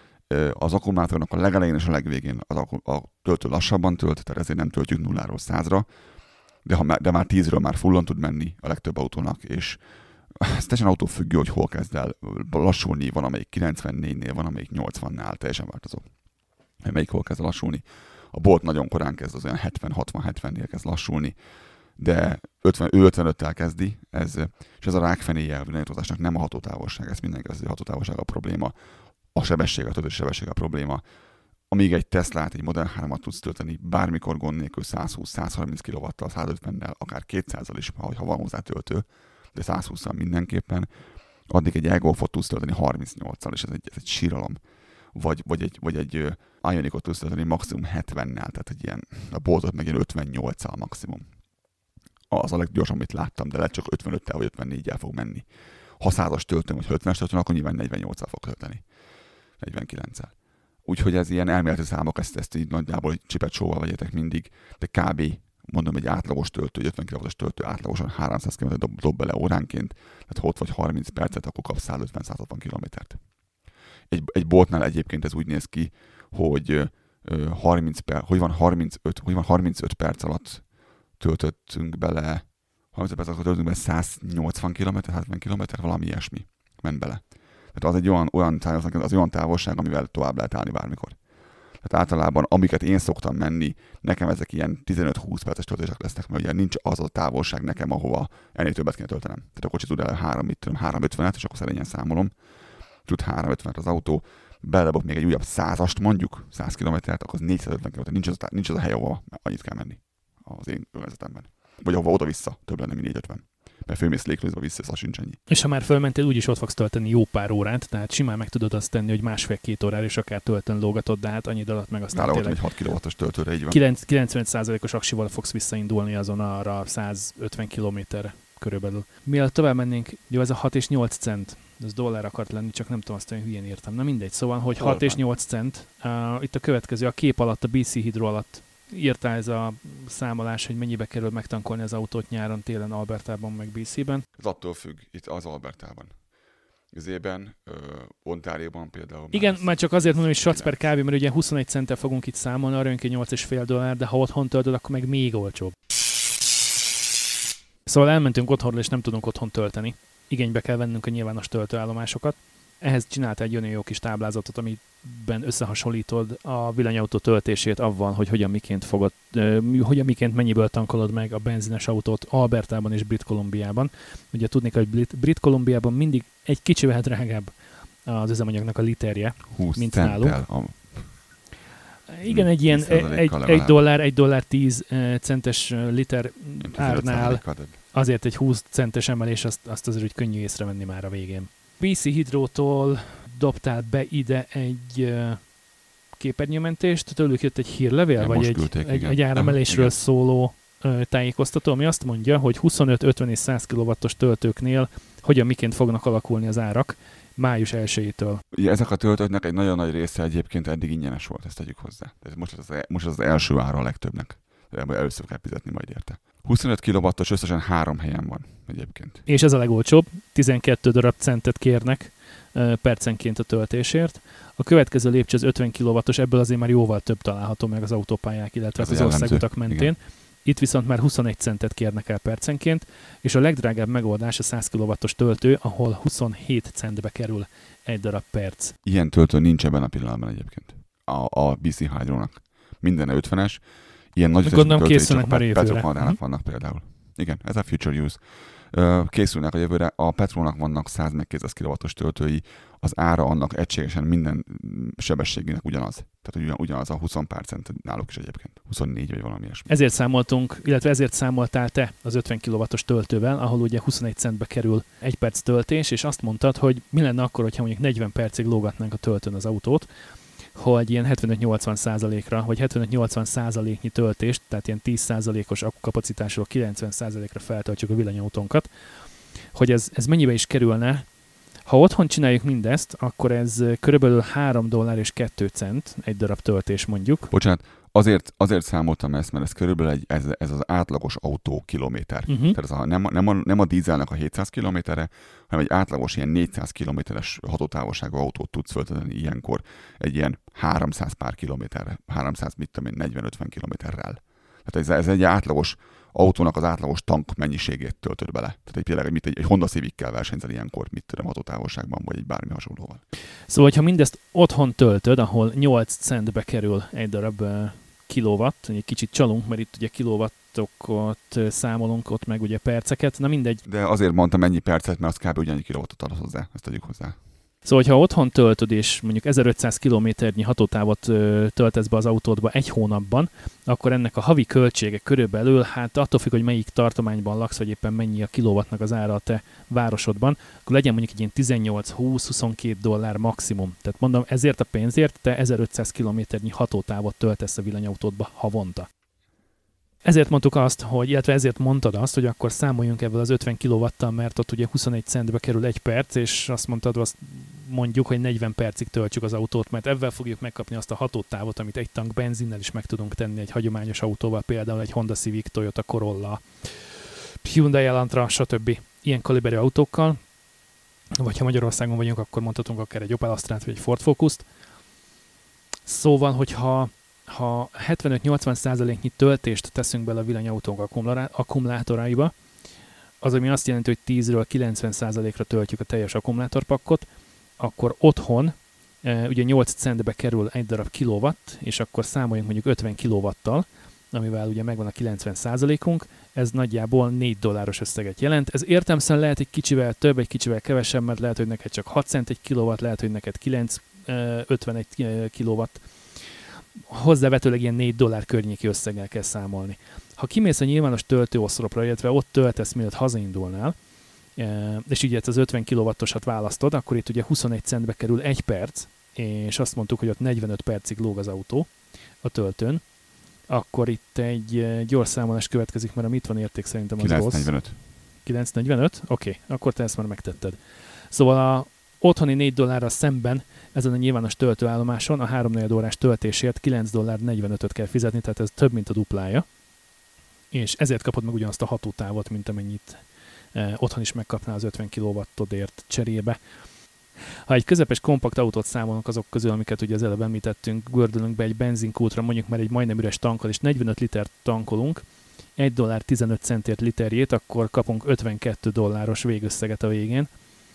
Az akkumulátornak a legelején és a legvégén az akku, a töltő lassabban tölt, tehát ezért nem töltjük nulláról százra, de, ha már, de már tízről már fullon tud menni a legtöbb autónak, és ez teljesen autófüggő, hogy hol kezd el lassulni, van amelyik kilencvennégynél, van amelyik nyolcvannál, teljesen változó. Melyik hol kezd lassulni. A Bolt nagyon korán kezd, az olyan hetven-hatvan-hetvennél kezd lassulni, de ötven, ő ötvenöttel kezdi, ez, és ez a rákfenéje a villanyautózásnak nem a hatótávolság, ez mindenki az, hogy a hatótávolság a probléma, a sebesség, a töltési sebesség a probléma. Amíg egy Teslát, egy Model hármat tudsz tölteni, bármikor gond nélkül százhúsz-százharminc kilowattal, százötvennel, akár kétszázzal is, ha van hozzá töltő, de százhússzal mindenképpen, addig egy e-Golfot tudsz tölteni harmincnyolccal, és ez egy, ez egy síralom. Vagy, vagy egy, vagy egy uh, Ionicot tudsz tölteni maximum hetvennel, tehát egy ilyen, a Boltot meg ilyen ötvennyolccal maximum. Az a leggyorsabb, amit láttam, de lehet csak ötvenöttel vagy ötvennégyel fog menni. Ha százas töltőm, vagy ötvenes töltőm, akkor nyilván negyvennyolccal fog tölteni. negyvenkilenccel. Úgyhogy ez ilyen elméleti számok, ezt, ezt így nagyjából csipet sóval vegyetek mindig, de kb. Mondom, egy átlagos töltő, egy ötven kilowattos töltő átlagosan háromszáz kilométert dob, dob bele óránként, tehát ha ott vagy harminc percet, akkor kapsz százötven-százhatvan kilométert. Egy, egy Boltnál egyébként ez úgy néz ki, hogy harminc perc, hogy van harmincöt, hogy van harmincöt perc alatt töltöttünk bele, harmincöt perc alatt töltöttünk bele száznyolcvan kilométer, hetven kilométer, valami ilyesmi ment bele. Tehát az egy olyan, olyan, az olyan távolság, amivel tovább lehet állni bármikor. Tehát általában, amiket én szoktam menni, nekem ezek ilyen tizenöt-húsz perces töltések lesznek, mert ugye nincs az a távolság nekem, ahova ennél többet kéne töltenem. Tehát a kocsi tud el három ötvenet, és akkor szerényen számolom. Tud három ötvenet az autó, beledobok még egy újabb százast mondjuk, száz kilométert, akkor az négyszázötven kilométer. Nincs az, nincs az a hely, ahova annyit kell menni az én övezetemben. Vagy ahova oda-vissza, több lenne, mint négyszázötven. Mert fölmész Légklőzbe vissza, az sincs ennyi. És ha már fölmentél, úgyis ott fogsz tölteni jó pár órát, tehát simán meg tudod azt tenni, hogy másfél-két órára is akár töltön lógatod, de hát annyi alatt meg aztán tényleg egy hat kilowattos töltőre, így van. kilencvenöt százalékos aksival fogsz visszaindulni azon arra százötven kilométerre körülbelül. Mielőtt tovább mennénk, jó, ez a hat és nyolc cent, ez dollár akart lenni, csak nem tudom, azt olyan hülyén írtam. Na mindegy, szóval, hogy hat és nyolc cent. Uh, itt a következő, a kép alatt, a bé cé Hydro alatt írta ez a számolás, hogy mennyibe kerül megtankolni az autót nyáron, télen, Albertában, meg bé cében. Ez attól függ, itt az Albertában. Üzében, Ontárióban például. Igen, már, már csak azért mondom, hogy satsz per kávé, mert ugye huszonegy centtel fogunk itt számolni, arra jön ki nyolc és fél dollár, de ha otthon töltöd, akkor meg még olcsóbb. Szóval elmentünk otthonról, és nem tudunk otthon tölteni. Igénybe kell vennünk a nyilvános töltőállomásokat. Ehhez csinálta egy olyan jó kis táblázatot, amiben összehasonlítod a villanyautó töltését avval, hogy hogyan miként fogod, uh, hogyan miként mennyiből tankolod meg a benzines autót Albertában és Brit Columbiában. Ugye tudni kell, hogy Brit, Brit Columbiában mindig egy kicsivel drágább az üzemanyagnak a literje, mint nálunk. A... Igen, egy ilyen egy, egy dollár, egy dollár tíz centes liter árnál azért egy húsz centes emelés, azt, azt azért úgy könnyű észrevenni már a végén. bé cé Hydrótól dobtál be ide egy uh, képernyőmentést, tőlük jött egy hírlevél, ja, vagy egy, küldték, egy, egy áramelésről igen. szóló uh, tájékoztató, ami azt mondja, hogy huszonöt, ötven és száz kilowattos töltőknél hogyan miként fognak alakulni az árak május elsejétől. Ugye ezek a töltőknek egy nagyon nagy része egyébként eddig ingyenes volt, ezt tegyük hozzá. Tehát most az, most az első ára a legtöbbnek. De először kell fizetni majd érte. huszonöt kilowattos összesen három helyen van egyébként. És ez a legolcsóbb, tizenkét darab centet kérnek percenként a töltésért. A következő lépcső az ötven kilowattos, ebből azért már jóval több található meg az autópályák, illetve ez az országutak mentén. Igen. Itt viszont már huszonegy centet kérnek el percenként, és a legdrágább megoldás a száz kilowattos töltő, ahol huszonhét centbe kerül egy darab perc. Ilyen töltő nincs ebben a pillanatban egyébként. A, a bé cé Hydro-nak. Minden ötvenes. Ilyen nagy töltői csak a Petrohalnának hmm. vannak például. Igen, ez a future use. Készülnek a jövőre. A Petrolnak vannak száz meg kétszáz kilowattos töltői, az ára annak egységesen minden sebességének ugyanaz. Tehát ugyanaz a húsz pár cent náluk is egyébként. huszonnégy vagy valami ilyesmi. Ezért számoltunk, illetve ezért számoltál te az ötven kilowattos töltővel, ahol ugye huszonegy centbe kerül egy perc töltés, és azt mondtad, hogy mi lenne akkor, hogyha mondjuk negyven percig lógatnánk a töltőn az autót, hogy ilyen hetvenöt-nyolcvan százalékra, vagy hetvenöt-nyolcvan százaléknyi töltést, tehát ilyen tíz százalékos akkukapacitásról kilencven százalékra feltöltjük a villanyautónkat, hogy ez, ez mennyibe is kerülne. Ha otthon csináljuk mindezt, akkor ez körülbelül három dollár és két cent egy darab töltés mondjuk. Bocsánat, azért, azért számoltam ezt, mert ez körülbelül egy, ez, ez az átlagos autó kilométer. Uh-huh. Tehát ez a, nem, nem, a, nem a dízelnek a hétszáz kilométerre, hanem egy átlagos ilyen négyszáz kilométeres hatótávolságú autót tudsz föltölteni ilyenkor egy ilyen háromszáz pár kilométerre, háromszáz, mit tudom én, negyven-ötven kilométerrel. Tehát ez, ez egy átlagos autónak az átlagos tank mennyiségét töltöd bele. Tehát egy, például mit egy, egy Honda Civic-kel versenyzel ilyenkor, mit tudom, hatótávolságban, vagy egy bármi hasonlóval. Szóval, ha mindezt otthon töltöd, ahol nyolc centbe kerül egy darab uh, kilowatt, egy kicsit csalunk, mert itt ugye kilowattokat uh, számolunk, ott meg ugye perceket, na mindegy. De azért mondtam ennyi percet, mert az kb. Ugyannyi kilowattot ad hozzá, ezt tegyük hozzá. Szóval, ha otthon töltöd, és mondjuk ezerötszáz kilométernyi hatótávot ö, töltesz be az autódba egy hónapban, akkor ennek a havi költsége körülbelül, hát attól függ, hogy melyik tartományban laksz, vagy éppen mennyi a kilowattnak az ára a te városodban, akkor legyen mondjuk egy ilyen tizennyolc-húsz-huszonkettő dollár maximum. Tehát mondom, ezért a pénzért te ezerötszáz kilométernyi hatótávot töltesz a villanyautódba havonta. Ezért mondtuk azt, hogy, illetve ezért mondtad azt, hogy akkor számoljunk ebből az ötven kilowattal, mert ott ugye huszonegy centbe kerül egy perc, és azt mondtad, azt mondjuk, hogy negyven percig töltjük az autót, mert ebben fogjuk megkapni azt a hatótávot, amit egy tank benzinnel is meg tudunk tenni egy hagyományos autóval, például egy Honda Civic, Toyota Corolla, Hyundai Elantra, stb. Ilyen kaliberű autókkal, vagy ha Magyarországon vagyunk, akkor mondhatunk akár egy Opel Astrát, vagy egy Ford Focust. Szóval, hogyha ha hetvenöt-nyolcvan százaléknyi töltést teszünk bele a villanyautónk akkumulátoraiba, az ami azt jelenti, hogy tízről kilencven százalékra töltjük a teljes akkumulátorpakkot, akkor otthon e, ugye nyolc centbe kerül egy darab kilowatt, és akkor számoljunk mondjuk ötven kilowattal, amivel ugye megvan a kilencven százalékunk, ez nagyjából négy dolláros összeget jelent. Ez értelemszerűen lehet egy kicsivel több, egy kicsivel kevesebb, mert lehet, hogy neked csak hat cent egy kilowatt, lehet, hogy neked kilenc ötvenegy kilowatt. Hozzávetőleg ilyen négy dollár környéki összeggel kell számolni. Ha kimész a nyilvános töltőoszlopra, illetve ott töltesz, mielőtt hazaindulnál, és így az ötven kilowattosat választod, akkor itt ugye huszonegy centbe kerül egy perc, és azt mondtuk, hogy ott negyvenöt percig lóg az autó a töltőn, akkor itt egy gyors számolás következik, mert amit van érték szerintem az rossz. kilenc negyvenöt. kilenc negyvenöt? Oké, okay, akkor te ezt már megtetted. Szóval a otthoni négy dollárral szemben ezen a nyilvános töltőállomáson a háromnegyed órás töltésért kilenc dollár negyvenötöt kell fizetni, tehát ez több, mint a duplája. És ezért kapod meg ugyanazt a hatótávot, mint amennyit eh, otthon is megkapnál az ötven kilowattodért cserébe. Ha egy közepes kompakt autót számolunk azok közül, amiket ugye az előbb említettünk, gördülünk be egy benzinkútra, mondjuk már egy majdnem üres tankkal, és negyvenöt litert tankolunk, egy dollár tizenöt centért literjét, akkor kapunk ötvenkét dolláros végösszeget a végén.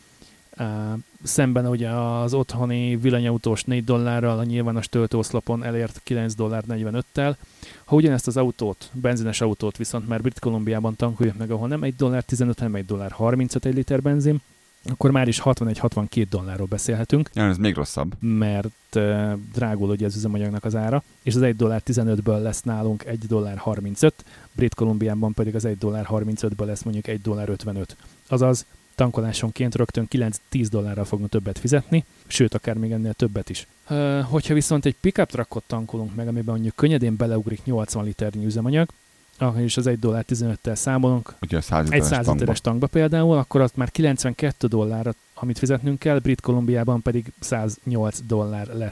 Uh, szemben ugye az otthoni villanyautós négy dollárral, a nyilvános töltőoszlopon elért kilenc dollár negyvenöttel. Ha ugyanezt az autót, benzines autót viszont már Brit Columbiában tankoljuk meg, ahol nem egy dollár tizenöt, hanem egy dollár harmincöt egy liter benzin, akkor már is hatvanegy-hatvankét dollárról beszélhetünk. Ja, ez még rosszabb. Mert uh, drágul ugye az üzemanyagnak az ára, és az egy dollár tizenötből lesz nálunk egy dollár harmincöt, Brit Columbiában pedig az egy dollár harmincötből lesz mondjuk egy dollár ötvenöt. Azaz tankolásonként rögtön kilenc-tíz dollárral fogunk többet fizetni, sőt, akár még ennél többet is. Uh, hogyha viszont egy pickup truckot tankolunk meg, amiben mondjuk könnyedén beleugrik nyolcvan liternyi üzemanyag, és az egy dollár tizenöttel számolunk, ugye száz egy száz literes tankba például, akkor azt már kilencvenkét dollár, amit fizetnünk kell, Brit Columbiában pedig száznyolc dollár lesz.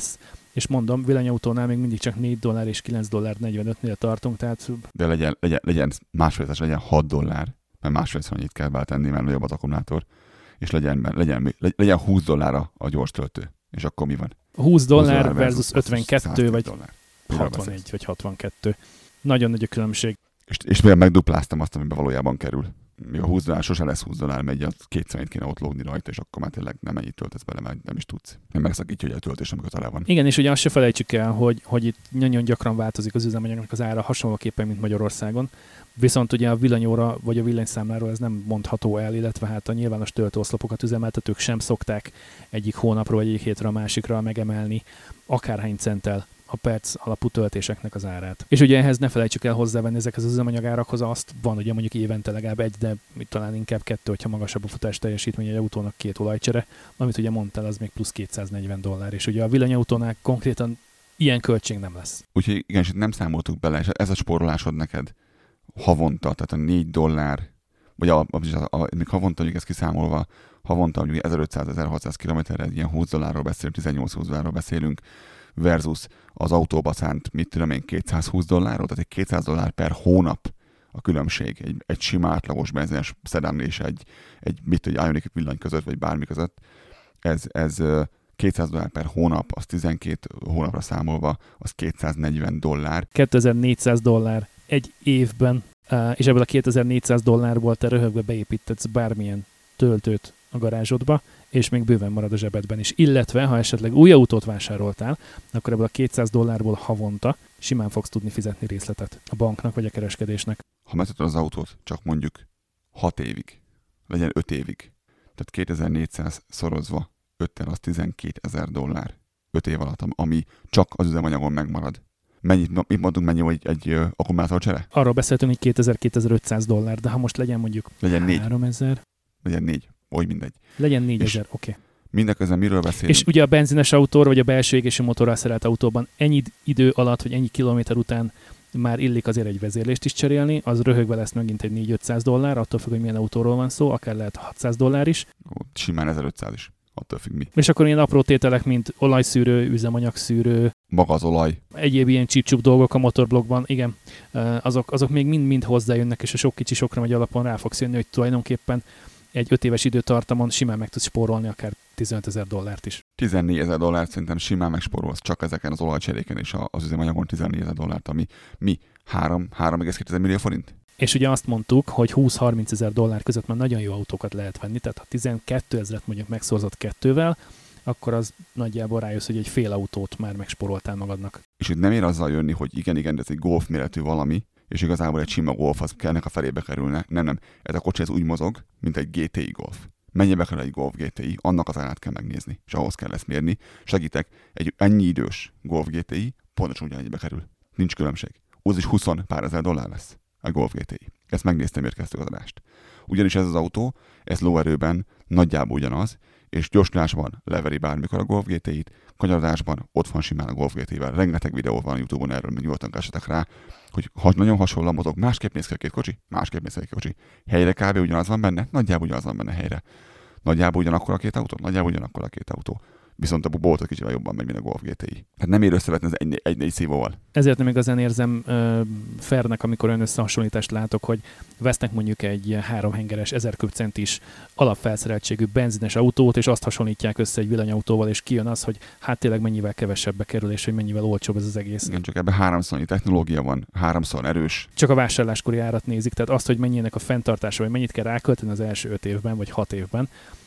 És mondom, villanyautónál még mindig csak négy dollár és kilenc dollár negyvenötnél tartunk, tehát... De legyen, legyen, legyen másfélszes, legyen hat dollár, mert másfélszer annyit kell beletenni, mert nagyobb az akkumulátor, és legyen, legyen, legyen húsz dollár a gyors töltő. És akkor mi van? húsz dollár versus ötvenkettő, vagy dollár. hatvanegy, vagy hatvankettő. Nagyon nagy a különbség. És, és mivel megdupláztam azt, amiben valójában kerül. Még a húsz dollár sose lesz húsz dollár, megy, az kétszerét kéne ott lógni rajta, és akkor már tényleg nem ennyit töltesz bele, mert nem is tudsz. Nem megszakítja, hogy a töltés, amikor tele van. Igen, és ugye azt se felejtsük el, hogy, hogy itt nagyon gyakran változik az üzemanyagnak az ára hasonlóképpen, mint Magyarországon. Viszont ugye a villanyóra vagy a villanyszámláról ez nem mondható el, illetve hát a nyilvános töltőoszlopokat üzemeltetők sem szokták egyik hónapról vagy egyik hétre a másikra megemelni akárhány centtel a perc alapú töltéseknek az árát. És ugye ehhez ne felejtsük el hozzávenni ezekhez az üzemanyagárakhoz, azt van ugye mondjuk évente legalább egy, de talán inkább kettő, hogyha magasabb a futás teljesítmény egy autónak két olajcsere, amit ugye mondtál, az még plusz kétszáznegyven dollár, és ugye a villanyautónál konkrétan ilyen költség nem lesz. Úgyhogy igen, és itt nem számoltuk bele, és ez a spórolásod neked havonta, tehát a négy dollár, vagy a, a, a, a, még havonta, mondjuk ezt kiszámolva, havonta mondjuk ezerötszáz-ezerhatszáz kilométerre ilyen húsz dollárról beszélünk, tizennyolc-húsz dollárról beszélünk, versus az autóba szánt, mit tudom én, kétszázhúsz dollárról, tehát egy kétszáz dollár per hónap a különbség egy, egy sima átlagos benzines szedán és egy, egy mit tudom, egy Ioniq villany között, vagy bármi között. Ez, ez kétszáz dollár per hónap, az tizenkét hónapra számolva, az kétszáznegyven dollár. kétezer-négyszáz dollár egy évben, és ebből a kétezer-négyszáz dollárból te röhögve beépítetsz bármilyen töltőt a garázsodba, és még bőven marad a zsebedben is. Illetve, ha esetleg új autót vásároltál, akkor ebből a kétszáz dollárból havonta simán fogsz tudni fizetni részletet a banknak vagy a kereskedésnek. Ha megtartod az autót csak mondjuk hat évig, legyen öt évig, tehát kétezer-négyszáz szorozva öttel az tizenkétezer dollár öt év alatt, ami csak az üzemanyagon megmarad. Mennyit, mit mondunk, mennyi egy, egy akkumulátorcsere? Arról beszéltünk, hogy kétezer-kétezer-ötszáz dollár, de ha most legyen mondjuk legyen négy. háromezer. Legyen négy, oly mindegy. Legyen négyezer, oké. Okay. Mindeközben miről beszélünk? És ugye a benzines autóra, vagy a belső égésű motorral szerelt autóban ennyi idő alatt, vagy ennyi kilométer után már illik azért egy vezérlést is cserélni, az röhögve lesz megint egy négy-ötszáz dollár, attól függ, hogy milyen autóról van szó, akár lehet hatszáz dollár is. Ó, simán ezerötszáz is, attól függ mi. És akkor ilyen apró tételek, mint olajszűrő, üzemanyagszűrő, maga az olaj. Egyéb ilyen csípcsúp dolgok a motorblokkban, igen, azok, azok még mind-mind hozzájönnek, és a sok kicsi sokra megy alapon rá fogsz jönni, hogy tulajdonképpen egy öt éves időtartamon simán meg tudsz spórolni akár tizenötezer dollárt is. tizennégyezer dollárt szerintem simán megspórolsz csak ezeken az olajcseréken és az üzemanyagon tizennégyezer dollárt, ami mi? három egész két millió forint? És ugye azt mondtuk, hogy húsz-harminc ezer dollár között már nagyon jó autókat lehet venni, tehát ha tizenkétezret mondjuk megszorzott kettővel, akkor az nagyjából rájössz, hogy egy fél autót már megspóroltál magadnak. És itt nem ér azzal jönni, hogy igen, igen, ez egy golf méretű valami, és igazából egy sima golf az ennek a felébe kerülne. Nem, nem. Ez a kocsi ez úgy mozog, mint egy gé té i golf. Mennyibe kerül egy golf gé té i? Annak az árát kell megnézni, és ahhoz kell ezt mérni. Segítek, egy ennyi idős golf gé té i pontosan ugyanennyibe kerül. Nincs különbség. Az is húsz pár ezer dollár lesz a golf gé té i. Ezt megnéztem, miért kezdtük az adást. Ugyanis ez az autó, ez lóerőben nagyjából ugyanaz, és gyorsulásban leveri bármikor a Golf gé té i-t, kanyarodásban ott van simán a Golf gé té i-vel. Rengeteg videó van a YouTube-on erről, még nyugodtan kássatok rá, hogy ha nagyon hasonlóan mozog, másképp néz ki a két kocsi, másképp néz ki a két kocsi. Helyre kb. Ugyanaz van benne, nagyjából ugyanaz van benne helyre. Nagyjából ugyanakkor a két autó, nagyjából ugyanakkor a két autó. Viszont a Bolt kicsivel jobban megy, mint a Golf gé té i. Hát nem ér összevetni az egy, egy, egy szívóval. Ezért nem igazán érzem uh, fairnek, amikor olyan összehasonlítást látok, hogy vesznek mondjuk egy háromhengeres, ezer köbcentis alapfelszereltségű benzines autót, és azt hasonlítják össze egy villanyautóval, és kijön az, hogy hát tényleg mennyivel kevesebbe kerül, és hogy mennyivel olcsóbb ez az egész. Igen, csak ebben háromszor technológia van, háromszor erős. Csak a vásárláskori árat nézik, tehát azt, hogy mennyinek a fenntartása, vagy mennyit kell rákölteni az első öt évben, vagy hat évben,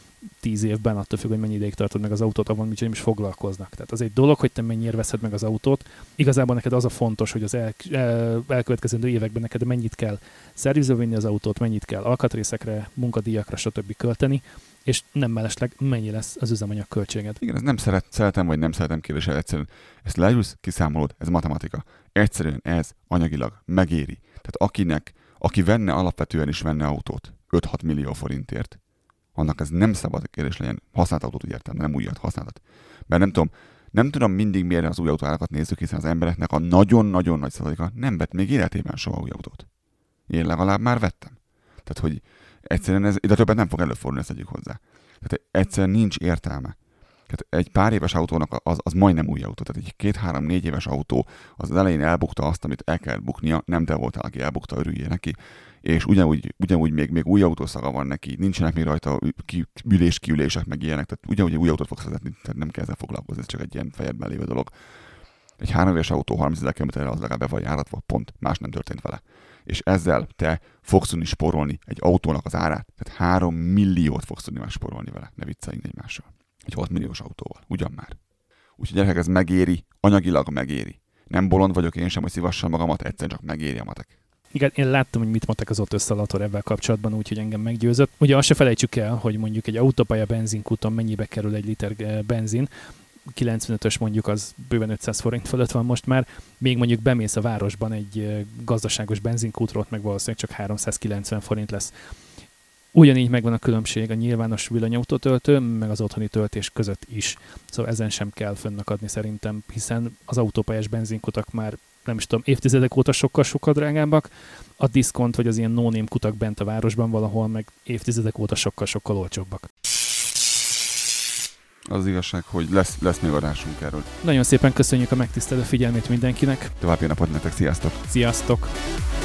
tíz évben, attól függ, hogy mennyi ideig tartod meg az autót, avval mit is foglalkoznak. Tehát az egy dolog, hogy te mennyire veszed meg az autót. Igazából neked az a fontos, hogy az el, el, elkövetkezendő években neked mennyit kell szervizbe vinni az autót, mennyit kell alkatrészekre, munkadíjakra, stb. Költeni, és nem mellesleg mennyi lesz az üzemanyag költséged. Igen, ez nem szeret, szeretem vagy nem szeretem kérdés, egyszerűen ezt leülsz, kiszámolod, ez matematika. Egyszerűen ez anyagilag megéri. Tehát akinek, aki venne alapvetően is venne autót öt-hat millió forintért, annak ez nem szabad kérdés legyen. Használt autót úgy értem, nem újat, használat. Mert nem tudom, nem tudom mindig mérni az új autóárakat nézzük, hiszen az embereknek a nagyon-nagyon nagy százaléka nem vett még életében soha új autót. Én legalább már vettem. Tehát, hogy egyszerűen ez, de többet nem fog előfordulni, ezt tegyük hozzá. Tehát egyszerűen nincs értelme. Tehát egy pár éves autónak az, az majdnem új autó. Tehát egy két-három-négy éves autó az, az elején elbukta azt, amit el kell buknia, nem te voltál, aki elbukta, örüljél neki. És ugyanúgy, ugyanúgy még, még új autószaga van neki, nincsenek még rajta ülés-kiülések, meg ilyenek, tehát ugyanúgy új autót fogsz vezetni, tehát nem kell ezzel foglalkozni, ez csak egy ilyen fejedben lévő dolog. Egy három éves autó harmincezer kilométerre az legalább be van járatva, pont, más nem történt vele. És ezzel te fogsz tudni spórolni egy autónak az árát, tehát három milliót fogsz tudni megspórolni vele, ne vicceljünk egymással. Egy hat milliós autóval, ugyan már. Úgyhogy gyerekek, ez megéri, anyagilag megéri. Nem bolond vagyok én sem, hogy szívassam magamat, egyszerűen csak megéri a matek. Igen, én láttam, hogy mit mondtak az ott összalator ebben kapcsolatban, úgyhogy engem meggyőzött. Ugye azt se felejtsük el, hogy mondjuk egy autópálya benzinkúton mennyibe kerül egy liter benzin. kilencvenötös mondjuk az bőven ötszáz forint fölött van most már, még mondjuk bemész a városban egy gazdaságos benzinkútról, meg valószínűleg csak háromszázkilencven forint lesz. Ugyanígy megvan a különbség a nyilvános villanyautótöltő, meg az otthoni töltés között is. Szóval ezen sem kell fönnakadni szerintem, hiszen az autópályás benzinkutak már nem is tudom, évtizedek óta sokkal-sokkal drágábbak, a diszkont vagy az ilyen no-name kutak bent a városban valahol meg évtizedek óta sokkal-sokkal olcsóbbak. Az igazság, hogy lesz, lesz még adásunk erről. Nagyon szépen köszönjük a megtisztelő figyelmét mindenkinek. További napot nektek, sziasztok! Sziasztok!